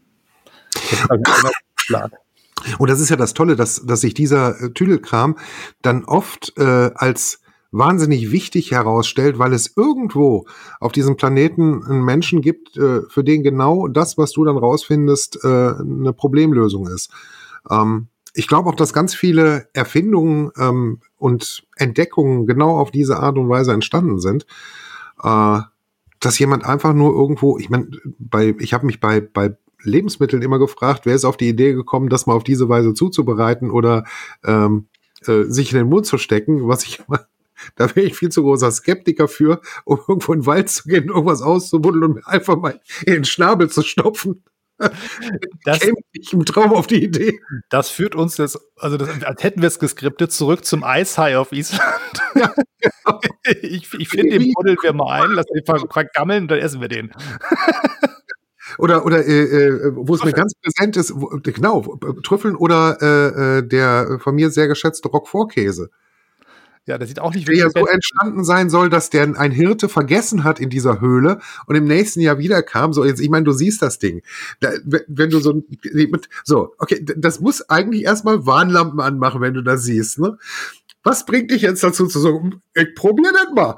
S4: Und das ist ja das Tolle, dass sich dieser Tüdelkram dann oft als wahnsinnig wichtig herausstellt, weil es irgendwo auf diesem Planeten einen Menschen gibt, für den genau das, was du dann rausfindest, eine Problemlösung ist. Ich glaube auch, dass ganz viele Erfindungen und Entdeckungen genau auf diese Art und Weise entstanden sind. Dass jemand einfach nur irgendwo, ich habe mich bei Lebensmitteln immer gefragt, wer ist auf die Idee gekommen, das mal auf diese Weise zuzubereiten oder sich in den Mund zu stecken, da wäre ich viel zu großer Skeptiker für, um irgendwo in den Wald zu gehen, irgendwas auszubuddeln und mir einfach mal in den Schnabel zu stopfen. Das käme ich im Traum auf die Idee.
S3: Das führt uns jetzt, als hätten wir es geskriptet, zurück zum Eishai auf Island. Ja, genau. Ich finde, den buddeln wir mal ein, lassen den vergammeln und dann essen wir den.
S4: Oder wo es mir ganz präsent ist, Trüffeln oder der von mir sehr geschätzte Roquefort-Käse.
S3: Ja, das sieht auch nicht
S4: der ja so entstanden sein soll, dass der ein Hirte vergessen hat in dieser Höhle und im nächsten Jahr wiederkam. So, jetzt, ich meine, du siehst das Ding. Wenn du okay, das muss eigentlich erstmal Warnlampen anmachen, wenn du das siehst, ne? Was bringt dich jetzt dazu zu sagen, ich probier das mal?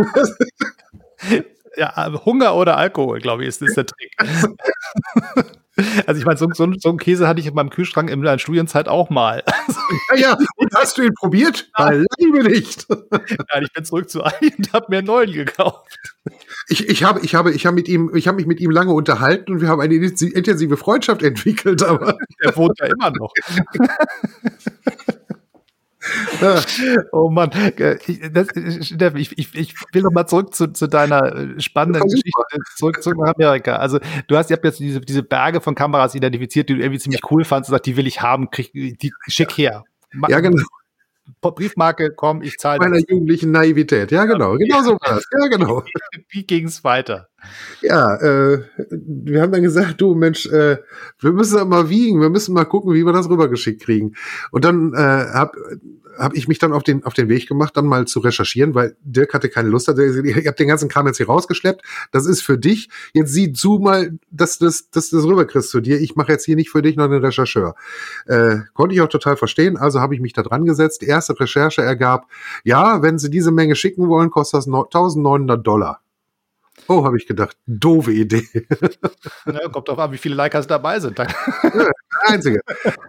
S3: Ja, Hunger oder Alkohol, glaube ich, ist der Trick. Also ich meine, so einen Käse hatte ich in meinem Kühlschrank in meiner Studienzeit auch mal.
S4: Ja, und hast du ihn probiert? Beileibe nicht.
S3: Nein, ich bin zurück zu Aldi und habe mir einen neuen gekauft.
S4: Ich habe mich mit ihm lange unterhalten und wir haben eine intensive Freundschaft entwickelt, aber
S3: der wohnt ja immer noch. Oh Mann, ich will noch mal zurück zu deiner spannenden Geschichte, zurück nach Amerika. Also ihr habt jetzt diese Berge von Kameras identifiziert, die du irgendwie ziemlich cool fandst und sagst, die will ich haben, die schick her.
S4: Ja, genau.
S3: Briefmarke, komm, ich zahle.
S4: Meiner jugendlichen Naivität, ja genau, genau so war das, ja genau.
S3: Wie ging's weiter?
S4: Ja, wir haben dann gesagt, du Mensch, wir müssen das mal wiegen, wir müssen mal gucken, wie wir das rübergeschickt kriegen. Und dann hab ich mich dann auf den Weg gemacht, dann mal zu recherchieren, weil Dirk hatte keine Lust. Ich habe den ganzen Kram jetzt hier rausgeschleppt. Das ist für dich. Jetzt sieh zu mal, dass das rüberkriegst zu dir. Ich mache jetzt hier nicht für dich noch einen Rechercheur. Konnte ich auch total verstehen. Also habe ich mich da dran gesetzt. Die erste Recherche ergab, ja, wenn sie diese Menge schicken wollen, kostet das $1.900. Oh, habe ich gedacht, doofe Idee.
S3: Ja, kommt drauf an, wie viele Likers dabei sind.
S4: Ja, der einzige.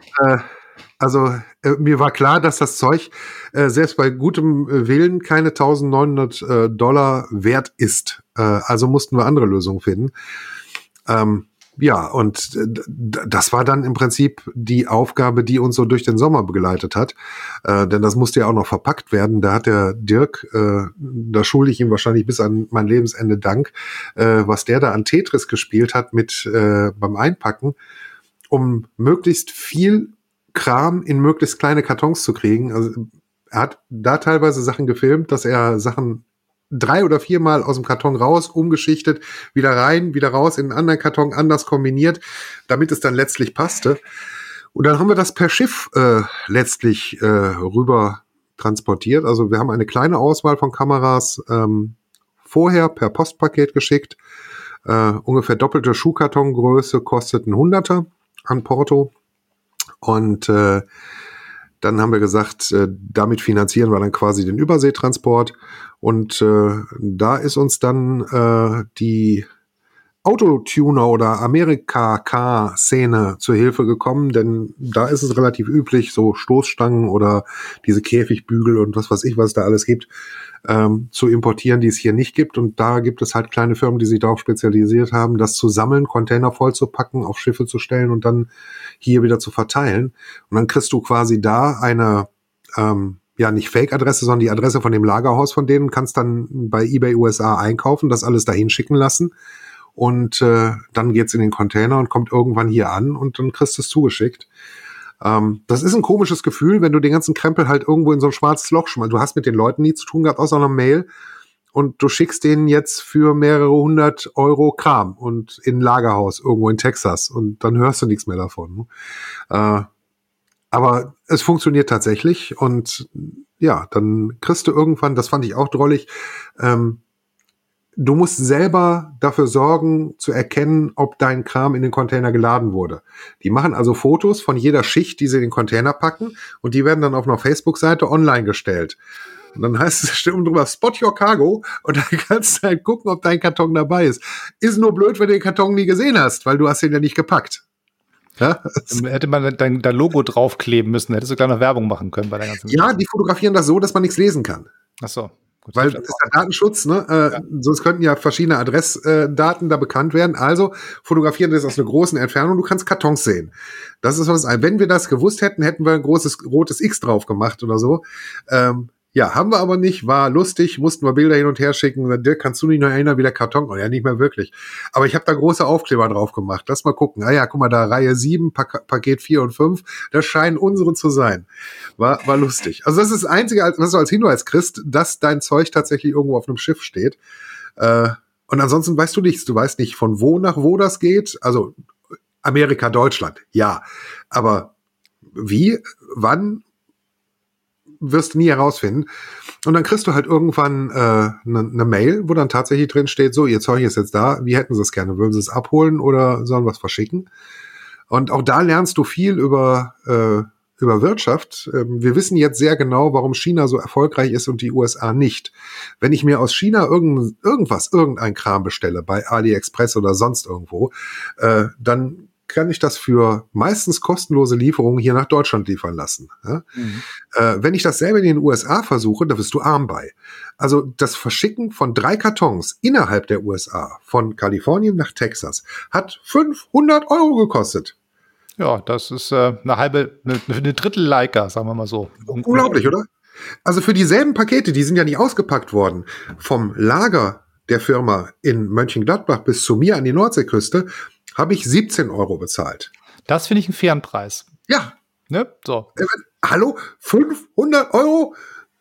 S4: Mir war klar, dass das Zeug selbst bei gutem Willen keine $1.900 wert ist. Also mussten wir andere Lösungen finden. Ja, und das war dann im Prinzip die Aufgabe, die uns so durch den Sommer begleitet hat. Denn das musste ja auch noch verpackt werden. Da hat der Dirk, da schulde ich ihm wahrscheinlich bis an mein Lebensende Dank, was der da an Tetris gespielt hat beim Einpacken, um möglichst viel Kram in möglichst kleine Kartons zu kriegen. Also er hat da teilweise Sachen gefilmt, dass er Sachen 3 oder 4 Mal aus dem Karton raus, umgeschichtet, wieder rein, wieder raus, in einen anderen Karton anders kombiniert, damit es dann letztlich passte. Und dann haben wir das per Schiff letztlich rüber transportiert. Also wir haben eine kleine Auswahl von Kameras vorher per Postpaket geschickt. Ungefähr doppelte Schuhkartongröße, kostet ein 100er an Porto. Und dann haben wir gesagt, damit finanzieren wir dann quasi den Überseetransport. Und da ist uns dann die Autotuner oder Amerika-Car-Szene zur Hilfe gekommen, denn da ist es relativ üblich, so Stoßstangen oder diese Käfigbügel und was weiß ich, was es da alles gibt, zu importieren, die es hier nicht gibt. Und da gibt es halt kleine Firmen, die sich darauf spezialisiert haben, das zu sammeln, Container voll zu packen, auf Schiffe zu stellen und dann hier wieder zu verteilen. Und dann kriegst du quasi da eine, nicht Fake-Adresse, sondern die Adresse von dem Lagerhaus von denen, kannst dann bei eBay USA einkaufen, das alles dahin schicken lassen. Und dann geht's in den Container und kommt irgendwann hier an und dann kriegst du es zugeschickt. Das ist ein komisches Gefühl, wenn du den ganzen Krempel halt irgendwo in so ein schwarzes Loch schmeißt. Du hast mit den Leuten nie zu tun gehabt, außer einer Mail. Und du schickst denen jetzt für mehrere 100 Euro Kram und in ein Lagerhaus irgendwo in Texas. Und dann hörst du nichts mehr davon. Aber es funktioniert tatsächlich. Und ja, dann kriegst du irgendwann, das fand ich auch drollig, du musst selber dafür sorgen, zu erkennen, ob dein Kram in den Container geladen wurde. Die machen also Fotos von jeder Schicht, die sie in den Container packen, und die werden dann auf einer Facebook-Seite online gestellt. Und dann heißt es, stimmt drüber, Spot Your Cargo, und dann kannst du halt gucken, ob dein Karton dabei ist. Ist nur blöd, wenn du den Karton nie gesehen hast, weil du hast ihn ja nicht gepackt. Ja?
S3: Hätte man dein Logo draufkleben müssen, hättest du gleich noch Werbung machen können bei der ganzen
S4: Ja, die fotografieren das so, dass man nichts lesen kann.
S3: Ach so. Gut,
S4: weil das ist der Datenschutz, ne? Ja. Sonst könnten ja verschiedene Adressdaten da bekannt werden. Also fotografieren das aus einer großen Entfernung. Du kannst Kartons sehen. Das ist was. Wenn wir das gewusst hätten, hätten wir ein großes rotes X drauf gemacht oder so. Ja, haben wir aber nicht. War lustig. Mussten wir Bilder hin und her schicken. Dirk, kannst du dich noch erinnern, wie der Karton? Oh ja, nicht mehr wirklich. Aber ich habe da große Aufkleber drauf gemacht. Lass mal gucken. Ah ja, guck mal da, Reihe 7, Paket 4 und 5. Das scheinen unsere zu sein. War lustig. Also das ist das Einzige, was du als Hinweis kriegst, dass dein Zeug tatsächlich irgendwo auf einem Schiff steht. Und ansonsten weißt du nichts. Du weißt nicht, von wo nach wo das geht. Also Amerika, Deutschland, ja. Aber wie, wann, wirst du nie herausfinden. Und dann kriegst du halt irgendwann eine Mail, wo dann tatsächlich drin steht, so, ihr Zeug ist jetzt da, wie hätten sie es gerne? Würden sie es abholen oder sollen wir es verschicken? Und auch da lernst du viel über Wirtschaft. Wir wissen jetzt sehr genau, warum China so erfolgreich ist und die USA nicht. Wenn ich mir aus China irgendein Kram bestelle, bei AliExpress oder sonst irgendwo, dann kann ich das für meistens kostenlose Lieferungen hier nach Deutschland liefern lassen. Ja? Wenn ich dasselbe in den USA versuche, da bist du arm bei. Also das Verschicken von 3 Kartons innerhalb der USA, von Kalifornien nach Texas, hat 500 Euro gekostet.
S3: Ja, das ist eine Drittel Leica, sagen wir mal so.
S4: Unglaublich, oder? Also für dieselben Pakete, die sind ja nicht ausgepackt worden, vom Lager der Firma in Mönchengladbach bis zu mir an die Nordseeküste, habe ich 17 Euro bezahlt.
S3: Das finde ich einen fairen Preis.
S4: Ja.
S3: Ne? So.
S4: Hallo? 500 Euro?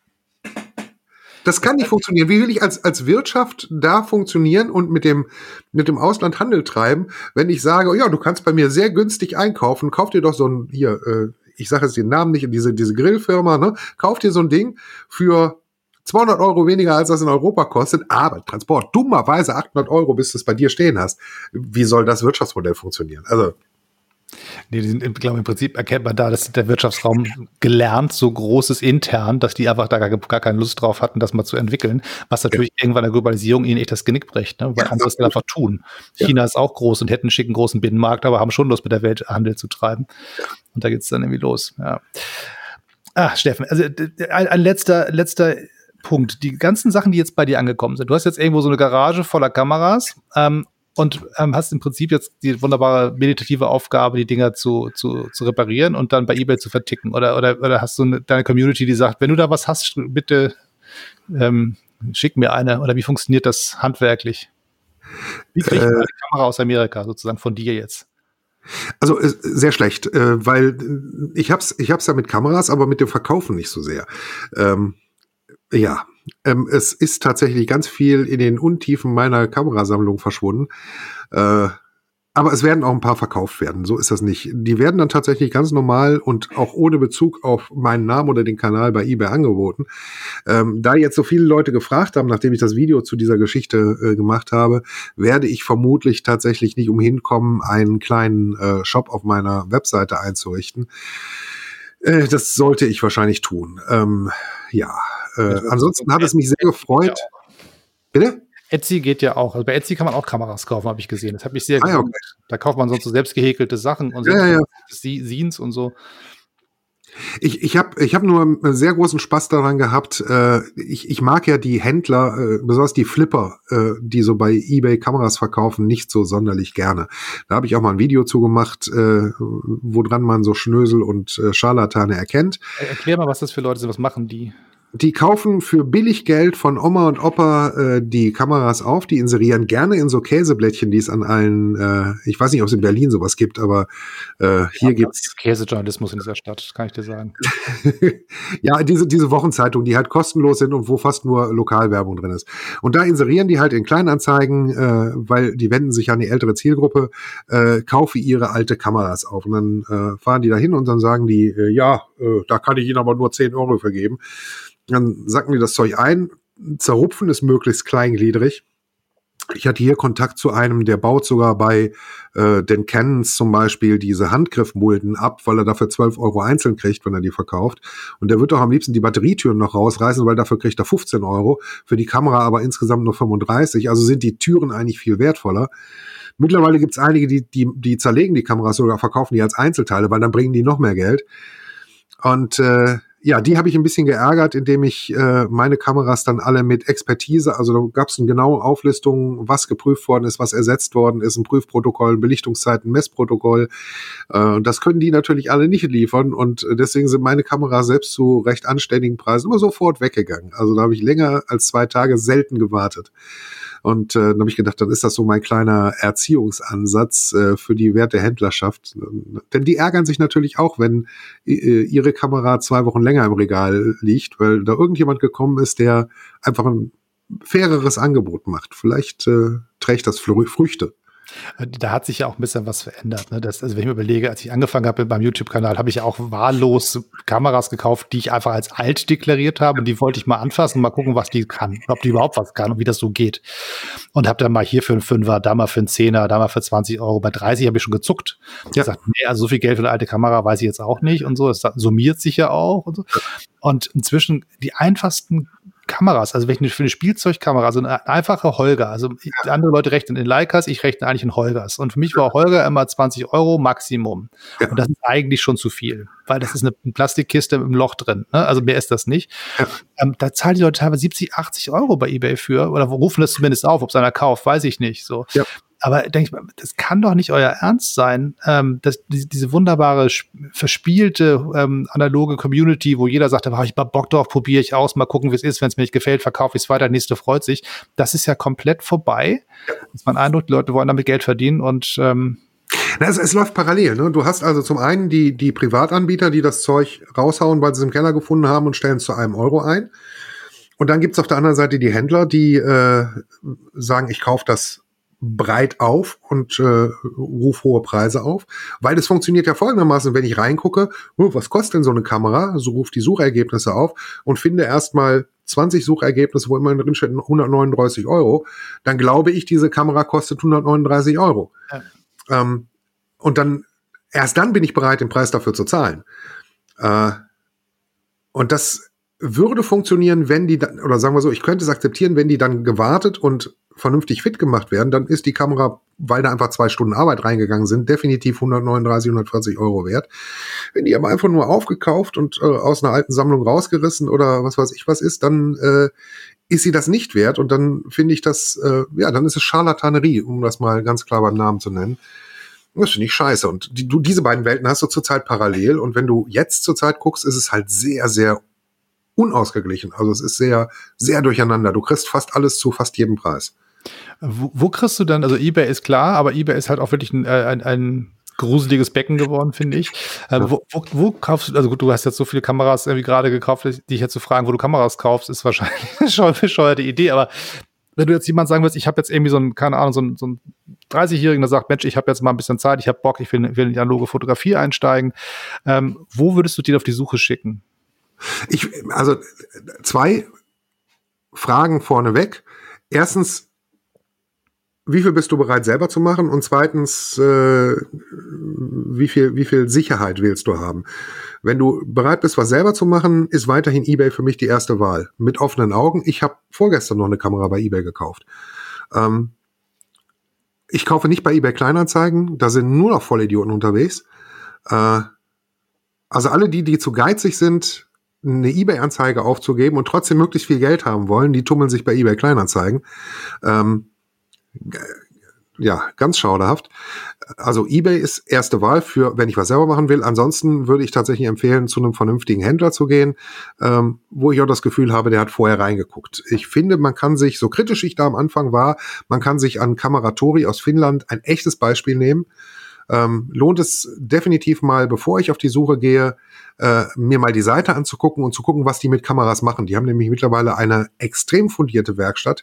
S4: Das kann nicht funktionieren. Wie will ich als Wirtschaft da funktionieren und mit dem Ausland Handel treiben, wenn ich sage, ja, du kannst bei mir sehr günstig einkaufen, kauf dir doch so ein, ich sage jetzt den Namen nicht, diese Grillfirma, ne? Kauf dir so ein Ding für 200 Euro weniger, als das in Europa kostet, aber Transport, dummerweise 800 Euro, bis du es bei dir stehen hast. Wie soll das Wirtschaftsmodell funktionieren? Also
S3: Nee, ich glaube, im Prinzip erkennt man da, dass der Wirtschaftsraum gelernt so groß ist intern, dass die einfach da gar keine Lust drauf hatten, das mal zu entwickeln, was natürlich irgendwann der Globalisierung ihnen echt das Genick bricht, ne? Weil andere es einfach tun. Ja. China ist auch groß und hätten einen schicken großen Binnenmarkt, aber haben schon Lust, mit der Welt Handel zu treiben. Ja. Und da geht's dann irgendwie los. Ja. Ach, Steffen, also ein letzter Punkt. Die ganzen Sachen, die jetzt bei dir angekommen sind. Du hast jetzt irgendwo so eine Garage voller Kameras und hast im Prinzip jetzt die wunderbare meditative Aufgabe, die Dinger zu reparieren und dann bei eBay zu verticken. Oder hast du deine Community, die sagt, wenn du da was hast, bitte schick mir eine. Oder wie funktioniert das handwerklich? Wie kriegst du eine Kamera aus Amerika sozusagen von dir jetzt?
S4: Also sehr schlecht, weil ich hab's ja mit Kameras, aber mit dem Verkaufen nicht so sehr. Es ist tatsächlich ganz viel in den Untiefen meiner Kamerasammlung verschwunden. Aber es werden auch ein paar verkauft werden. So ist das nicht. Die werden dann tatsächlich ganz normal und auch ohne Bezug auf meinen Namen oder den Kanal bei eBay angeboten. Da jetzt so viele Leute gefragt haben, nachdem ich das Video zu dieser Geschichte gemacht habe, werde ich vermutlich tatsächlich nicht umhin kommen, einen kleinen Shop auf meiner Webseite einzurichten. Das sollte ich wahrscheinlich tun. Ansonsten hat es mich sehr gefreut. Bitte?
S3: Etsy geht ja auch. Also bei Etsy kann man auch Kameras kaufen, habe ich gesehen. Das habe ich sehr gewundert.
S4: Okay.
S3: Da kauft man sonst so selbst gehäkelte Sachen und Scenes und so.
S4: Ich hab nur einen sehr großen Spaß daran gehabt. Ich mag ja die Händler, besonders die Flipper, die so bei eBay Kameras verkaufen, nicht so sonderlich gerne. Da habe ich auch mal ein Video zugemacht, woran man so Schnösel und Scharlatane erkennt.
S3: Erklär mal, was das für Leute sind. Was machen die?
S4: Die kaufen für billig Geld von Oma und Opa die Kameras auf, die inserieren gerne in so Käseblättchen, die es an allen, ich weiß nicht, ob es in Berlin sowas gibt, aber hier gibt's
S3: Käsejournalismus in dieser Stadt, kann ich dir sagen.
S4: ja, diese Wochenzeitung, die halt kostenlos sind und wo fast nur Lokalwerbung drin ist. Und da inserieren die halt in Kleinanzeigen, weil die wenden sich an die ältere Zielgruppe, kaufe ihre alte Kameras auf. Und dann fahren die da hin und dann sagen die, da kann ich Ihnen aber nur 10 Euro vergeben. Dann sacken die das Zeug ein, zerrupfen es möglichst kleingliedrig. Ich hatte hier Kontakt zu einem, der baut sogar bei den Canons zum Beispiel diese Handgriffmulden ab, weil er dafür 12 Euro einzeln kriegt, wenn er die verkauft. Und der wird doch am liebsten die Batterietüren noch rausreißen, weil dafür kriegt er 15 Euro, für die Kamera aber insgesamt nur 35. Also sind die Türen eigentlich viel wertvoller. Mittlerweile gibt es einige, die zerlegen die Kameras sogar, verkaufen die als Einzelteile, weil dann bringen die noch mehr Geld. Und die habe ich ein bisschen geärgert, indem ich meine Kameras dann alle mit Expertise, also da gab es eine genaue Auflistung, was geprüft worden ist, was ersetzt worden ist, ein Prüfprotokoll, ein Belichtungszeiten, Messprotokoll. Das können die natürlich alle nicht liefern und deswegen sind meine Kameras selbst zu recht anständigen Preisen immer sofort weggegangen. Also da habe ich länger als 2 Tage selten gewartet. Und dann habe ich gedacht, dann ist das so mein kleiner Erziehungsansatz für die Wertehändlerschaft. Denn die ärgern sich natürlich auch, wenn ihre Kamera 2 Wochen länger im Regal liegt, weil da irgendjemand gekommen ist, der einfach ein faireres Angebot macht. Vielleicht trägt das Früchte.
S3: Da hat sich ja auch ein bisschen was verändert. Ne? Also wenn ich mir überlege, als ich angefangen habe beim YouTube-Kanal, habe ich ja auch wahllos Kameras gekauft, die ich einfach als alt deklariert habe und die wollte ich mal anfassen und mal gucken, was die kann, ob die überhaupt was kann und wie das so geht. Und habe dann mal hier für einen 5er, da mal für einen 10er, da mal für 20 Euro. Bei 30 habe ich schon gezuckt. Ja. Gesagt, nee, also so viel Geld für eine alte Kamera weiß ich jetzt auch nicht und so. Das summiert sich ja auch und so. Und inzwischen die einfachsten Kameras, also für eine Spielzeugkamera, also eine einfache Holger, also andere Leute rechnen in Leicas, ich rechne eigentlich in Holgers und für mich war Holger immer 20 Euro Maximum und das ist eigentlich schon zu viel, weil das ist eine Plastikkiste mit einem Loch drin, ne? Also mehr ist das nicht. Da zahlen die Leute teilweise 70, 80 Euro bei eBay für oder rufen das zumindest auf, ob es einer kauft, weiß ich nicht. So. Ja. Aber denke ich mal, das kann doch nicht euer Ernst sein, dass diese wunderbare, verspielte, analoge Community, wo jeder sagt, da habe ich mal Bock drauf, probiere ich aus, mal gucken, wie es ist, wenn es mir nicht gefällt, verkaufe ich es weiter, nächste freut sich. Das ist ja komplett vorbei. Das ist mein Eindruck, die Leute wollen damit Geld verdienen und
S4: es läuft parallel. Ne? Du hast also zum einen die Privatanbieter, die das Zeug raushauen, weil sie es im Keller gefunden haben und stellen es zu einem Euro ein. Und dann gibt's auf der anderen Seite die Händler, die sagen, ich kaufe das breit auf und ruf hohe Preise auf, weil es funktioniert ja folgendermaßen, wenn ich reingucke, was kostet denn so eine Kamera, so ruft die Suchergebnisse auf und finde erstmal 20 Suchergebnisse, wo immer drin steht 139 Euro, dann glaube ich, diese Kamera kostet 139 Euro. Ja. Und dann, erst dann bin ich bereit, den Preis dafür zu zahlen. Und das würde funktionieren, wenn die dann, oder sagen wir so, ich könnte es akzeptieren, wenn die dann gewartet und vernünftig fit gemacht werden, dann ist die Kamera, weil da einfach 2 Stunden Arbeit reingegangen sind, definitiv 139, 140 Euro wert. Wenn die aber einfach nur aufgekauft und aus einer alten Sammlung rausgerissen oder was weiß ich was ist, dann ist sie das nicht wert und dann finde ich das, dann ist es Scharlatanerie, um das mal ganz klar beim Namen zu nennen. Das finde ich scheiße. Und diese beiden Welten hast du zurzeit parallel und wenn du jetzt zurzeit guckst, ist es halt sehr, sehr unausgeglichen. Also es ist sehr, sehr durcheinander. Du kriegst fast alles zu fast jedem Preis.
S3: Wo kriegst du dann, also eBay ist klar, aber eBay ist halt auch wirklich ein gruseliges Becken geworden, finde ich. Wo kaufst du, also gut, du hast jetzt so viele Kameras irgendwie gerade gekauft, dich jetzt zu fragen, wo du Kameras kaufst, ist wahrscheinlich schon eine bescheuerte Idee, aber wenn du jetzt jemand sagen willst, ich habe jetzt irgendwie so einen 30-Jährigen, der sagt, Mensch, ich habe jetzt mal ein bisschen Zeit, ich habe Bock, ich will in die analoge Fotografie einsteigen, wo würdest du den auf die Suche schicken?
S4: Also 2 Fragen vorneweg. Erstens, wie viel bist du bereit selber zu machen? Und zweitens, wie viel Sicherheit willst du haben? Wenn du bereit bist, was selber zu machen, ist weiterhin eBay für mich die erste Wahl. Mit offenen Augen. Ich habe vorgestern noch eine Kamera bei eBay gekauft. Ich kaufe nicht bei eBay Kleinanzeigen, da sind nur noch Vollidioten unterwegs. Also alle die zu geizig sind, eine eBay-Anzeige aufzugeben und trotzdem möglichst viel Geld haben wollen, die tummeln sich bei eBay Kleinanzeigen. Ja, ganz schauderhaft. Also eBay ist erste Wahl für, wenn ich was selber machen will. Ansonsten würde ich tatsächlich empfehlen, zu einem vernünftigen Händler zu gehen, wo ich auch das Gefühl habe, der hat vorher reingeguckt. Ich finde, man kann sich, so kritisch ich da am Anfang war, man kann sich an Kameratori aus Finnland ein echtes Beispiel nehmen. Lohnt es definitiv mal, bevor ich auf die Suche gehe, mir mal die Seite anzugucken und zu gucken, was die mit Kameras machen. Die haben nämlich mittlerweile eine extrem fundierte Werkstatt.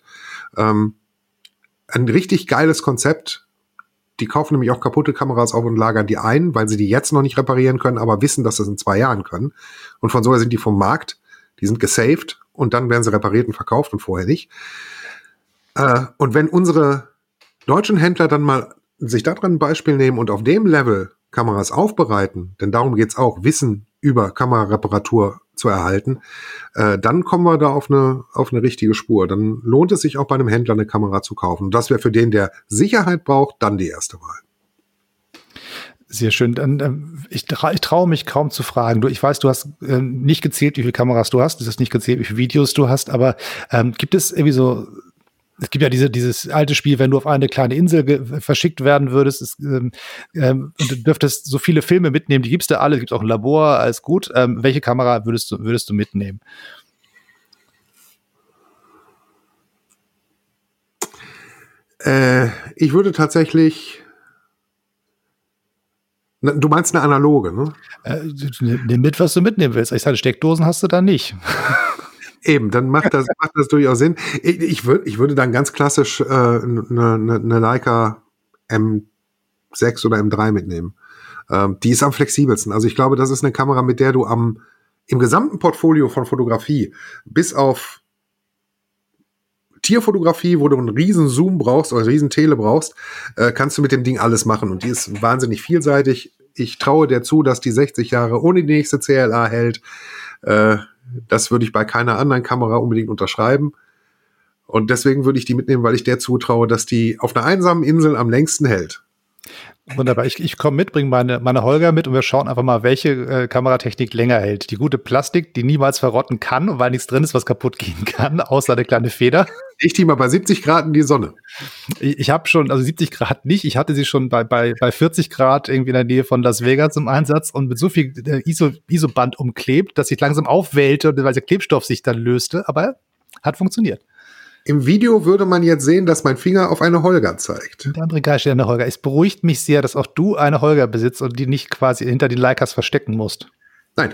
S4: Ein richtig geiles Konzept. Die kaufen nämlich auch kaputte Kameras auf und lagern die ein, weil sie die jetzt noch nicht reparieren können, aber wissen, dass sie es in 2 Jahren können. Und von so her sind die vom Markt, die sind gesaved und dann werden sie repariert und verkauft und vorher nicht. Und wenn unsere deutschen Händler dann mal sich daran ein Beispiel nehmen und auf dem Level Kameras aufbereiten, denn darum geht's auch, Wissen über Kamerareparatur zu erhalten, dann kommen wir da auf eine richtige Spur. Dann lohnt es sich auch bei einem Händler eine Kamera zu kaufen. Und das wäre für den, der Sicherheit braucht, dann die erste Wahl.
S3: Sehr schön. Ich traue mich kaum zu fragen. Ich weiß, du hast nicht gezählt, wie viele Kameras du hast. Du hast nicht gezählt, wie viele Videos du hast. Aber gibt es irgendwie so, es gibt ja dieses alte Spiel, wenn du auf eine kleine Insel verschickt werden würdest und du dürftest so viele Filme mitnehmen, die gibst du alle, gibt auch ein Labor, alles gut. Welche Kamera würdest du mitnehmen?
S4: Ich würde tatsächlich, du meinst eine analoge, ne?
S3: Nimm mit, was du mitnehmen willst. Ich sage, Steckdosen hast du da nicht.
S4: Eben, dann macht das durchaus Sinn. Ich würde dann ganz klassisch eine Leica M6 oder M3 mitnehmen. Die ist am flexibelsten. Also ich glaube, das ist eine Kamera, mit der du im gesamten Portfolio von Fotografie, bis auf Tierfotografie, wo du einen riesen Zoom brauchst oder einen riesen Tele brauchst, kannst du mit dem Ding alles machen. Und die ist wahnsinnig vielseitig. Ich traue der zu, dass die 60 Jahre ohne die nächste CLA hält. Das würde ich bei keiner anderen Kamera unbedingt unterschreiben. Und deswegen würde ich die mitnehmen, weil ich der zutraue, dass die auf einer einsamen Insel am längsten hält.
S3: Wunderbar. Ich komme mit, bringe meine Holger mit und wir schauen einfach mal, welche Kameratechnik länger hält. Die gute Plastik, die niemals verrotten kann, weil nichts drin ist, was kaputt gehen kann, außer eine kleine Feder.
S4: Ich die mal bei 70 Grad in die Sonne.
S3: Ich habe schon, also 70 Grad nicht, ich hatte sie schon bei 40 Grad irgendwie in der Nähe von Las Vegas im Einsatz und mit so viel Isoband umklebt, dass ich langsam aufwellte, weil der Klebstoff sich dann löste, aber hat funktioniert.
S4: Im Video würde man jetzt sehen, dass mein Finger auf eine Holger zeigt.
S3: Der andere Regal steht eine Holger. Es beruhigt mich sehr, dass auch du eine Holger besitzt und die nicht quasi hinter den Leicas verstecken musst.
S4: Nein.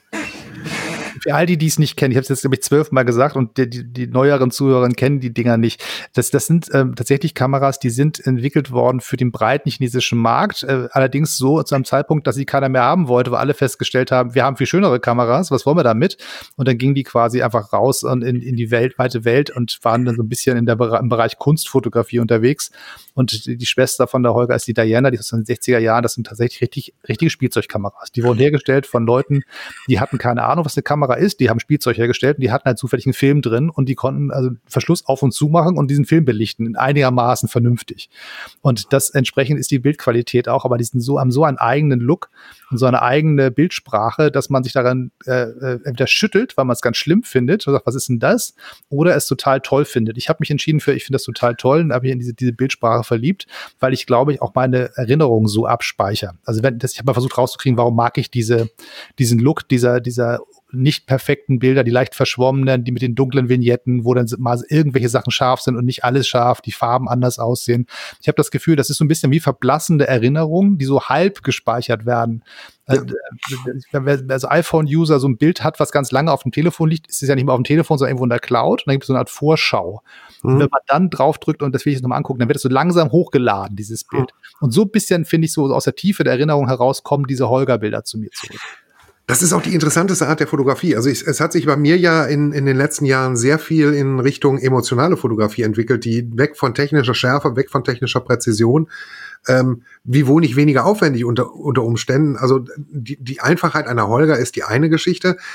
S3: Für all die es nicht kennen, ich habe es jetzt, glaube ich, 12 Mal gesagt und die neueren Zuhörer kennen die Dinger nicht. Das sind tatsächlich Kameras, die sind entwickelt worden für den breiten chinesischen Markt, allerdings so zu einem Zeitpunkt, dass sie keiner mehr haben wollte, weil alle festgestellt haben, wir haben viel schönere Kameras, was wollen wir damit? Und dann gingen die quasi einfach raus und in die weite Welt und waren dann so ein bisschen im Bereich Kunstfotografie unterwegs. Und die Schwester von der Holger ist die Diana, die ist aus den 60er Jahren, das sind tatsächlich richtige Spielzeugkameras. Die wurden hergestellt von Leuten, die hatten keine Ahnung, was eine Kamera ist, die haben Spielzeug hergestellt und die hatten halt zufällig einen Film drin und die konnten also Verschluss auf und zu machen und diesen Film belichten, einigermaßen vernünftig. Und das entsprechend ist die Bildqualität auch, aber die sind haben so einen eigenen Look und so eine eigene Bildsprache, dass man sich daran entweder schüttelt, weil man es ganz schlimm findet und sagt, was ist denn das? Oder es total toll findet. Ich habe mich entschieden ich finde das total toll und habe mich in diese Bildsprache verliebt, weil ich glaube, ich auch meine Erinnerungen so abspeichere. Also ich habe mal versucht rauszukriegen, warum mag ich diesen Look dieser nicht perfekten Bilder, die leicht verschwommenen, die mit den dunklen Vignetten, wo dann mal irgendwelche Sachen scharf sind und nicht alles scharf, die Farben anders aussehen. Ich habe das Gefühl, das ist so ein bisschen wie verblassende Erinnerungen, die so halb gespeichert werden. Ja. Also iPhone-User so ein Bild hat, was ganz lange auf dem Telefon liegt, ist es ja nicht mehr auf dem Telefon, sondern irgendwo in der Cloud. Und dann gibt es so eine Art Vorschau. Und wenn man dann draufdrückt und das will ich jetzt nochmal angucken, dann wird es so langsam hochgeladen, dieses Bild. Und so ein bisschen, finde ich, so aus der Tiefe der Erinnerung heraus kommen diese Holger-Bilder zu mir zurück.
S4: Das ist auch die interessanteste Art der Fotografie. Also es hat sich bei mir ja in den letzten Jahren sehr viel in Richtung emotionale Fotografie entwickelt, die weg von technischer Schärfe, weg von technischer Präzision, wiewohl nicht weniger aufwendig unter Umständen. Also die Einfachheit einer Holger ist die eine Geschichte.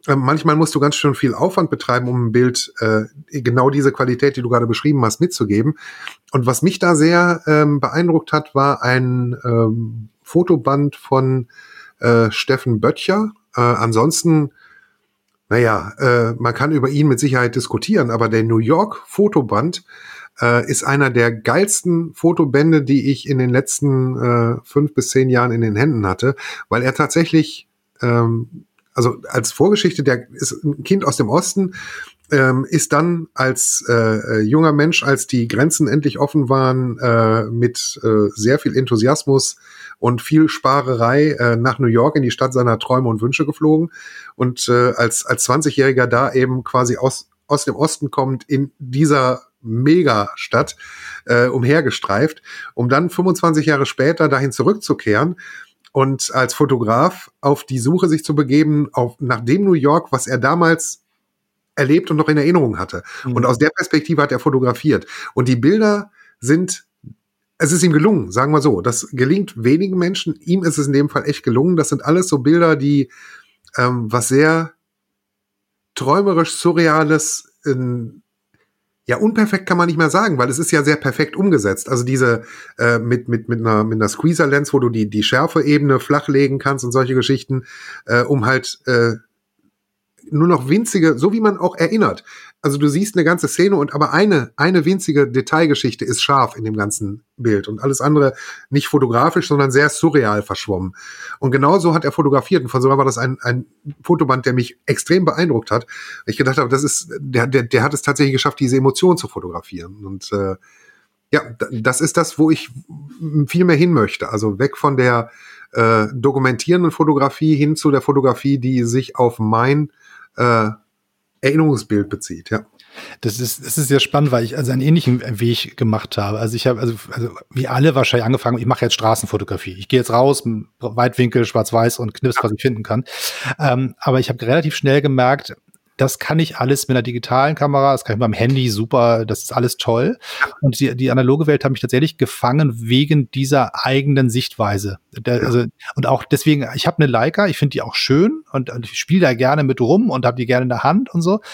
S4: manchmal musst du ganz schön viel Aufwand betreiben, um ein Bild, genau diese Qualität, die du gerade beschrieben hast, mitzugeben. Und was mich da sehr beeindruckt hat, war ein Fotoband von Steffen Böttcher. Ansonsten, man kann über ihn mit Sicherheit diskutieren, aber der New York Fotoband ist einer der geilsten Fotobände, die ich in den letzten 5 bis 10 Jahren in den Händen hatte, weil er tatsächlich, also als Vorgeschichte, der ist ein Kind aus dem Osten, ist dann als junger Mensch, als die Grenzen endlich offen waren, mit sehr viel Enthusiasmus und viel Sparerei nach New York in die Stadt seiner Träume und Wünsche geflogen und als 20-Jähriger da eben quasi aus dem Osten kommt, in dieser Megastadt umhergestreift, um dann 25 Jahre später dahin zurückzukehren und als Fotograf auf die Suche sich zu begeben nach dem New York, was er damals erlebt und noch in Erinnerung hatte. Und aus der Perspektive hat er fotografiert. Und die Bilder es ist ihm gelungen, sagen wir so. Das gelingt wenigen Menschen. Ihm ist es in dem Fall echt gelungen. Das sind alles so Bilder, die was sehr träumerisch Surreales, unperfekt kann man nicht mehr sagen, weil es ist ja sehr perfekt umgesetzt. Also diese mit einer Squeezer-Lens, wo du die Schärfe-Ebene flachlegen kannst und solche Geschichten, um halt nur noch winzige, so wie man auch erinnert. Also du siehst eine ganze Szene und aber eine winzige Detailgeschichte ist scharf in dem ganzen Bild und alles andere nicht fotografisch, sondern sehr surreal verschwommen. Und genauso hat er fotografiert und von so war das ein Fotoband, der mich extrem beeindruckt hat. Ich gedacht habe, der hat es tatsächlich geschafft, diese Emotion zu fotografieren. Und das ist das, wo ich viel mehr hin möchte. Also weg von der dokumentierenden Fotografie hin zu der Fotografie, die sich auf mein Erinnerungsbild bezieht, ja.
S3: Das ist sehr spannend, weil ich also einen ähnlichen Weg gemacht habe. Also ich habe, also wie alle wahrscheinlich angefangen, ich mache jetzt Straßenfotografie. Ich gehe jetzt raus, Weitwinkel, schwarz-weiß und knips, was ich finden kann. Aber ich habe relativ schnell gemerkt, das kann ich alles mit einer digitalen Kamera, das kann ich mit meinem Handy super, das ist alles toll. Und die analoge Welt hat mich tatsächlich gefangen wegen dieser eigenen Sichtweise. Und auch deswegen, ich habe eine Leica, ich finde die auch schön und ich spiele da gerne mit rum und habe die gerne in der Hand und so.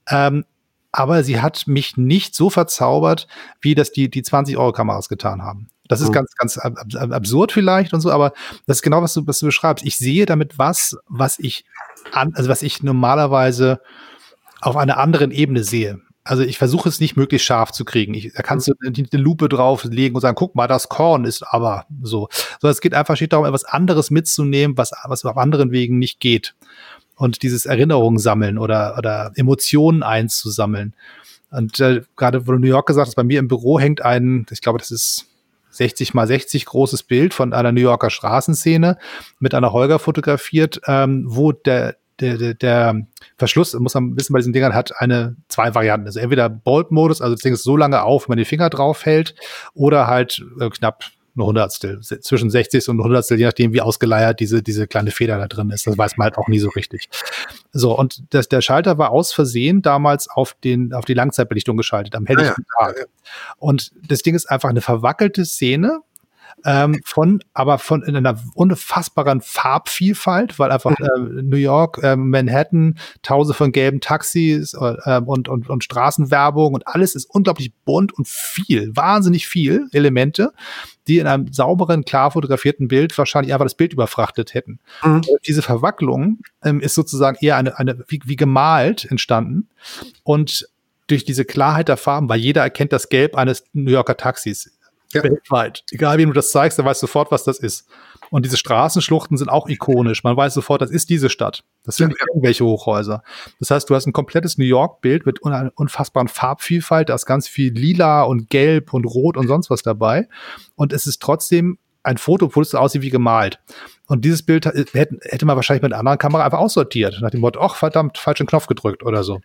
S3: Aber sie hat mich nicht so verzaubert, wie das die 20-Euro-Kameras getan haben. Das ist ganz, ganz absurd vielleicht und so, aber das ist genau, was du beschreibst. Ich sehe damit was ich normalerweise auf einer anderen Ebene sehe. Also ich versuche es nicht möglichst scharf zu kriegen. Da kannst du eine Lupe drauflegen und sagen, guck mal, das Korn ist aber so. So, es steht darum, etwas anderes mitzunehmen, was auf anderen Wegen nicht geht. Und dieses Erinnerungen sammeln oder Emotionen einzusammeln. Und gerade, wo du New York gesagt hast, bei mir im Büro hängt ich glaube, das ist 60 mal 60 großes Bild von einer New Yorker Straßenszene mit einer Holger fotografiert, wo der Verschluss, muss man wissen, bei diesen Dingern hat zwei Varianten. Also entweder Bolt-Modus, also das Ding ist so lange auf, wenn man den Finger drauf hält, oder halt knapp eine Hundertstel, zwischen 60 und Hundertstel, je nachdem, wie ausgeleiert diese kleine Feder da drin ist. Das weiß man halt auch nie so richtig. So, und der Schalter war aus Versehen damals auf die Langzeitbelichtung geschaltet, am helllichten Tag. Und das Ding ist einfach eine verwackelte Szene, von einer unfassbaren Farbvielfalt, weil einfach New York, Manhattan, Tausende von gelben Taxis und Straßenwerbung und alles ist unglaublich bunt und wahnsinnig viel Elemente, die in einem sauberen, klar fotografierten Bild wahrscheinlich einfach das Bild überfrachtet hätten. Mhm. Diese Verwacklung ist sozusagen eher eine wie gemalt entstanden und durch diese Klarheit der Farben, weil jeder erkennt das Gelb eines New Yorker Taxis. Ja. Weltweit. Egal, wem du das zeigst, der weiß sofort, was das ist. Und diese Straßenschluchten sind auch ikonisch. Man weiß sofort, das ist diese Stadt. Das sind nicht irgendwelche Hochhäuser. Das heißt, du hast ein komplettes New York-Bild mit einer unfassbaren Farbvielfalt. Da ist ganz viel Lila und Gelb und Rot und sonst was dabei. Und es ist trotzdem ein Foto, wo es aussieht wie gemalt. Und dieses Bild hätte man wahrscheinlich mit einer anderen Kamera einfach aussortiert. Nach dem Motto, ach verdammt, falschen Knopf gedrückt oder so.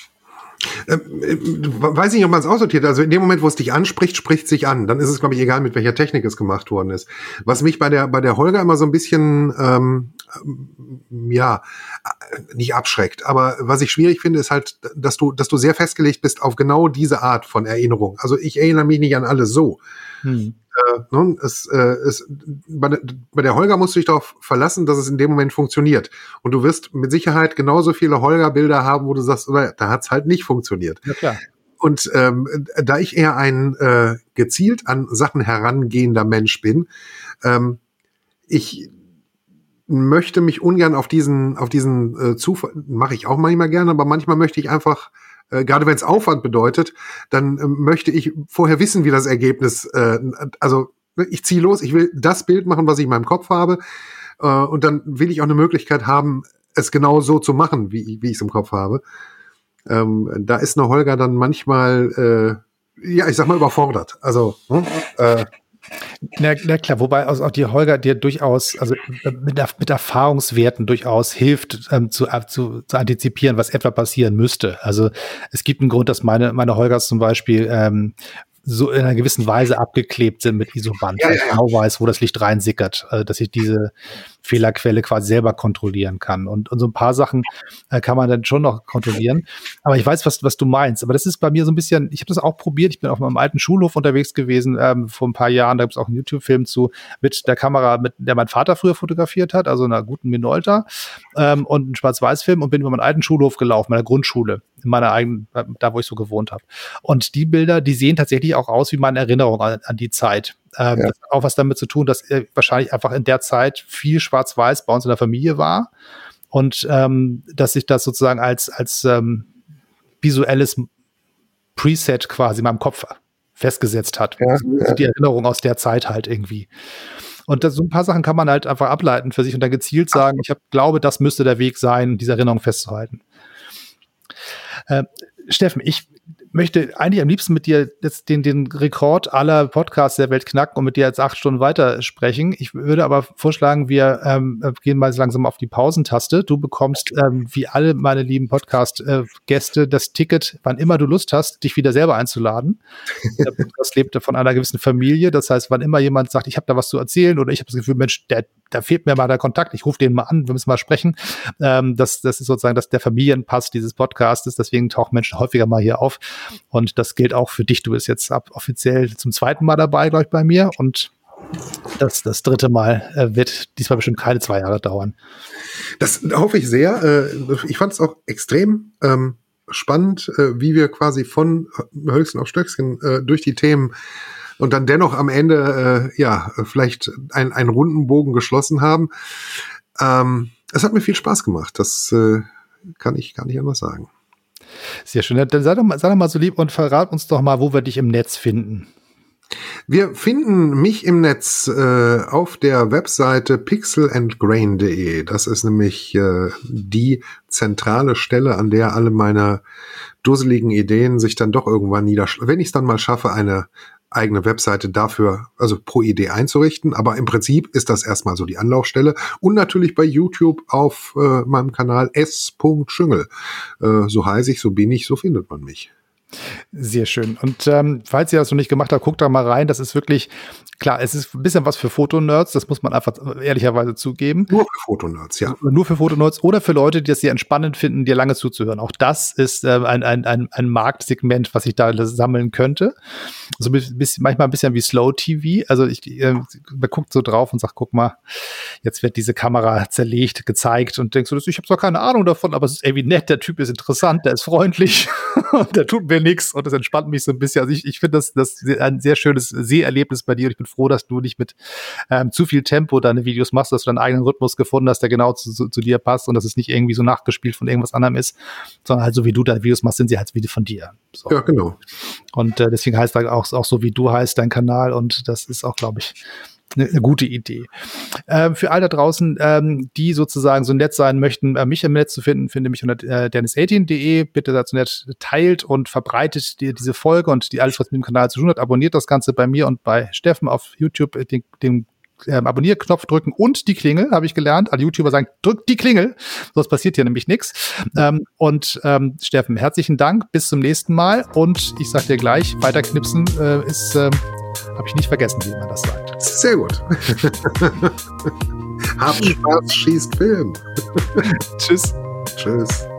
S4: Weiß nicht, ob man es aussortiert. Also in dem Moment, wo es dich anspricht, spricht es sich an. Dann ist es, glaube ich, egal, mit welcher Technik es gemacht worden ist. Was mich bei der Holger immer so ein bisschen nicht abschreckt. Aber was ich schwierig finde, ist halt, dass du sehr festgelegt bist auf genau diese Art von Erinnerung. Also ich erinnere mich nicht an alles so. Bei der Holger musst du dich darauf verlassen, dass es in dem Moment funktioniert. Und du wirst mit Sicherheit genauso viele Holger-Bilder haben, wo du sagst, oder da hat es halt nicht funktioniert.
S3: Ja, klar.
S4: Und da ich eher ein gezielt an Sachen herangehender Mensch bin, ich möchte mich ungern auf diesen Zufall, mache ich auch manchmal gerne, aber manchmal möchte ich einfach, gerade wenn es Aufwand bedeutet, dann möchte ich vorher wissen, wie das Ergebnis, ich ziehe los, ich will das Bild machen, was ich in meinem Kopf habe, und dann will ich auch eine Möglichkeit haben, es genau so zu machen, wie ich es im Kopf habe. Da ist eine Holger dann manchmal, ich sag mal, überfordert. Also,
S3: Na klar, wobei auch die Holger dir durchaus, also mit Erfahrungswerten durchaus hilft, zu antizipieren, was etwa passieren müsste. Also es gibt einen Grund, dass meine Holgers zum Beispiel so in einer gewissen Weise abgeklebt sind mit Isoband, weil ich genau weiß, wo das Licht reinsickert, dass ich diese Fehlerquelle quasi selber kontrollieren kann. Und so ein paar Sachen kann man dann schon noch kontrollieren. Aber ich weiß, was du meinst. Aber das ist bei mir so ein bisschen, ich habe das auch probiert. Ich bin auf meinem alten Schulhof unterwegs gewesen vor ein paar Jahren. Da gibt es auch einen YouTube-Film zu mit der Kamera, mit der mein Vater früher fotografiert hat, also einer guten Minolta und einen Schwarz-Weiß-Film, und bin über meinen alten Schulhof gelaufen, meiner Grundschule, in meiner eigenen, da wo ich so gewohnt habe. Und die Bilder, die sehen tatsächlich auch aus wie meine Erinnerung an die Zeit. Das hat auch was damit zu tun, dass wahrscheinlich einfach in der Zeit viel Schwarz-Weiß bei uns in der Familie war und dass sich das sozusagen als visuelles Preset quasi in meinem Kopf festgesetzt hat. Die Erinnerung aus der Zeit halt irgendwie. Und so ein paar Sachen kann man halt einfach ableiten für sich und dann gezielt sagen, ich glaube, das müsste der Weg sein, diese Erinnerung festzuhalten. Steffen, ich möchte eigentlich am liebsten mit dir jetzt den Rekord aller Podcasts der Welt knacken und mit dir jetzt 8 Stunden weiter sprechen. Ich würde aber vorschlagen, wir gehen mal langsam auf die Pausentaste. Du bekommst, wie alle meine lieben Podcast-Gäste, das Ticket, wann immer du Lust hast, dich wieder selber einzuladen. Der Podcast lebt von einer gewissen Familie. Das heißt, wann immer jemand sagt, ich habe da was zu erzählen oder ich habe das Gefühl, Mensch, da fehlt mir mal der Kontakt, ich rufe den mal an, wir müssen mal sprechen. Das ist sozusagen der Familienpass dieses Podcastes. Deswegen tauchen Menschen häufiger mal hier auf. Und das gilt auch für dich. Du bist jetzt offiziell zum 2. Mal dabei, glaube ich, bei mir. Und das 3. Mal wird diesmal bestimmt keine 2 Jahre dauern.
S4: Das hoffe ich sehr. Ich fand es auch extrem spannend, wie wir quasi von Hölzchen auf Stöckchen durch die Themen und dann dennoch am Ende vielleicht einen runden Bogen geschlossen haben. Es hat mir viel Spaß gemacht. Das kann ich gar nicht anders sagen.
S3: Sehr schön. Dann sei doch mal so lieb und verrat uns doch mal, wo wir dich im Netz finden.
S4: Wir finden mich im Netz auf der Webseite pixelandgrain.de. Das ist nämlich die zentrale Stelle, an der alle meine dusseligen Ideen sich dann doch irgendwann niederschlagen. Wenn ich es dann mal schaffe, eine eigene Webseite dafür, also pro Idee einzurichten. Aber im Prinzip ist das erstmal so die Anlaufstelle. Und natürlich bei YouTube auf meinem Kanal s.schüngel. So heiße ich, so bin ich, so findet man mich.
S3: Sehr schön. Und falls ihr das noch nicht gemacht habt, guckt da mal rein. Das ist wirklich, klar, es ist ein bisschen was für Fotonerds, das muss man einfach ehrlicherweise zugeben.
S4: Nur für Fotonerds, ja.
S3: Nur für Fotonerds oder für Leute, die das sehr entspannend finden, dir lange zuzuhören. Auch das ist ein Marktsegment, was ich da sammeln könnte. So manchmal ein bisschen wie Slow TV. Also man guckt so drauf und sagt, guck mal, jetzt wird diese Kamera zerlegt, gezeigt und denkst du, ich habe zwar keine Ahnung davon, aber es ist irgendwie nett, der Typ ist interessant, der ist freundlich und der tut mir nichts und das entspannt mich so ein bisschen. Also ich finde das ein sehr schönes Seherlebnis bei dir und ich bin froh, dass du nicht mit zu viel Tempo deine Videos machst, dass du deinen eigenen Rhythmus gefunden hast, der genau zu dir passt und dass es nicht irgendwie so nachgespielt von irgendwas anderem ist, sondern halt so wie du deine Videos machst, sind sie halt wie von dir. So.
S4: Ja, genau.
S3: Und deswegen heißt er auch so, wie du heißt, dein Kanal und das ist auch, glaube ich, eine gute Idee. Für all da draußen, die sozusagen so nett sein möchten, mich im Netz zu finden, finde mich unter dennis18.de. Bitte dazu nett teilt und verbreitet diese Folge und alles, was mit dem Kanal zu tun hat. Abonniert das Ganze bei mir und bei Steffen auf YouTube, den Abonnierknopf drücken und die Klingel, habe ich gelernt. Alle YouTuber sagen, drückt die Klingel, sonst passiert hier nämlich nichts. Steffen, herzlichen Dank, bis zum nächsten Mal und ich sag dir gleich, weiterknipsen Habe ich nicht vergessen, wie man das sagt.
S4: Sehr gut. Habt Spaß, schießt Film.
S3: Tschüss.
S4: Tschüss.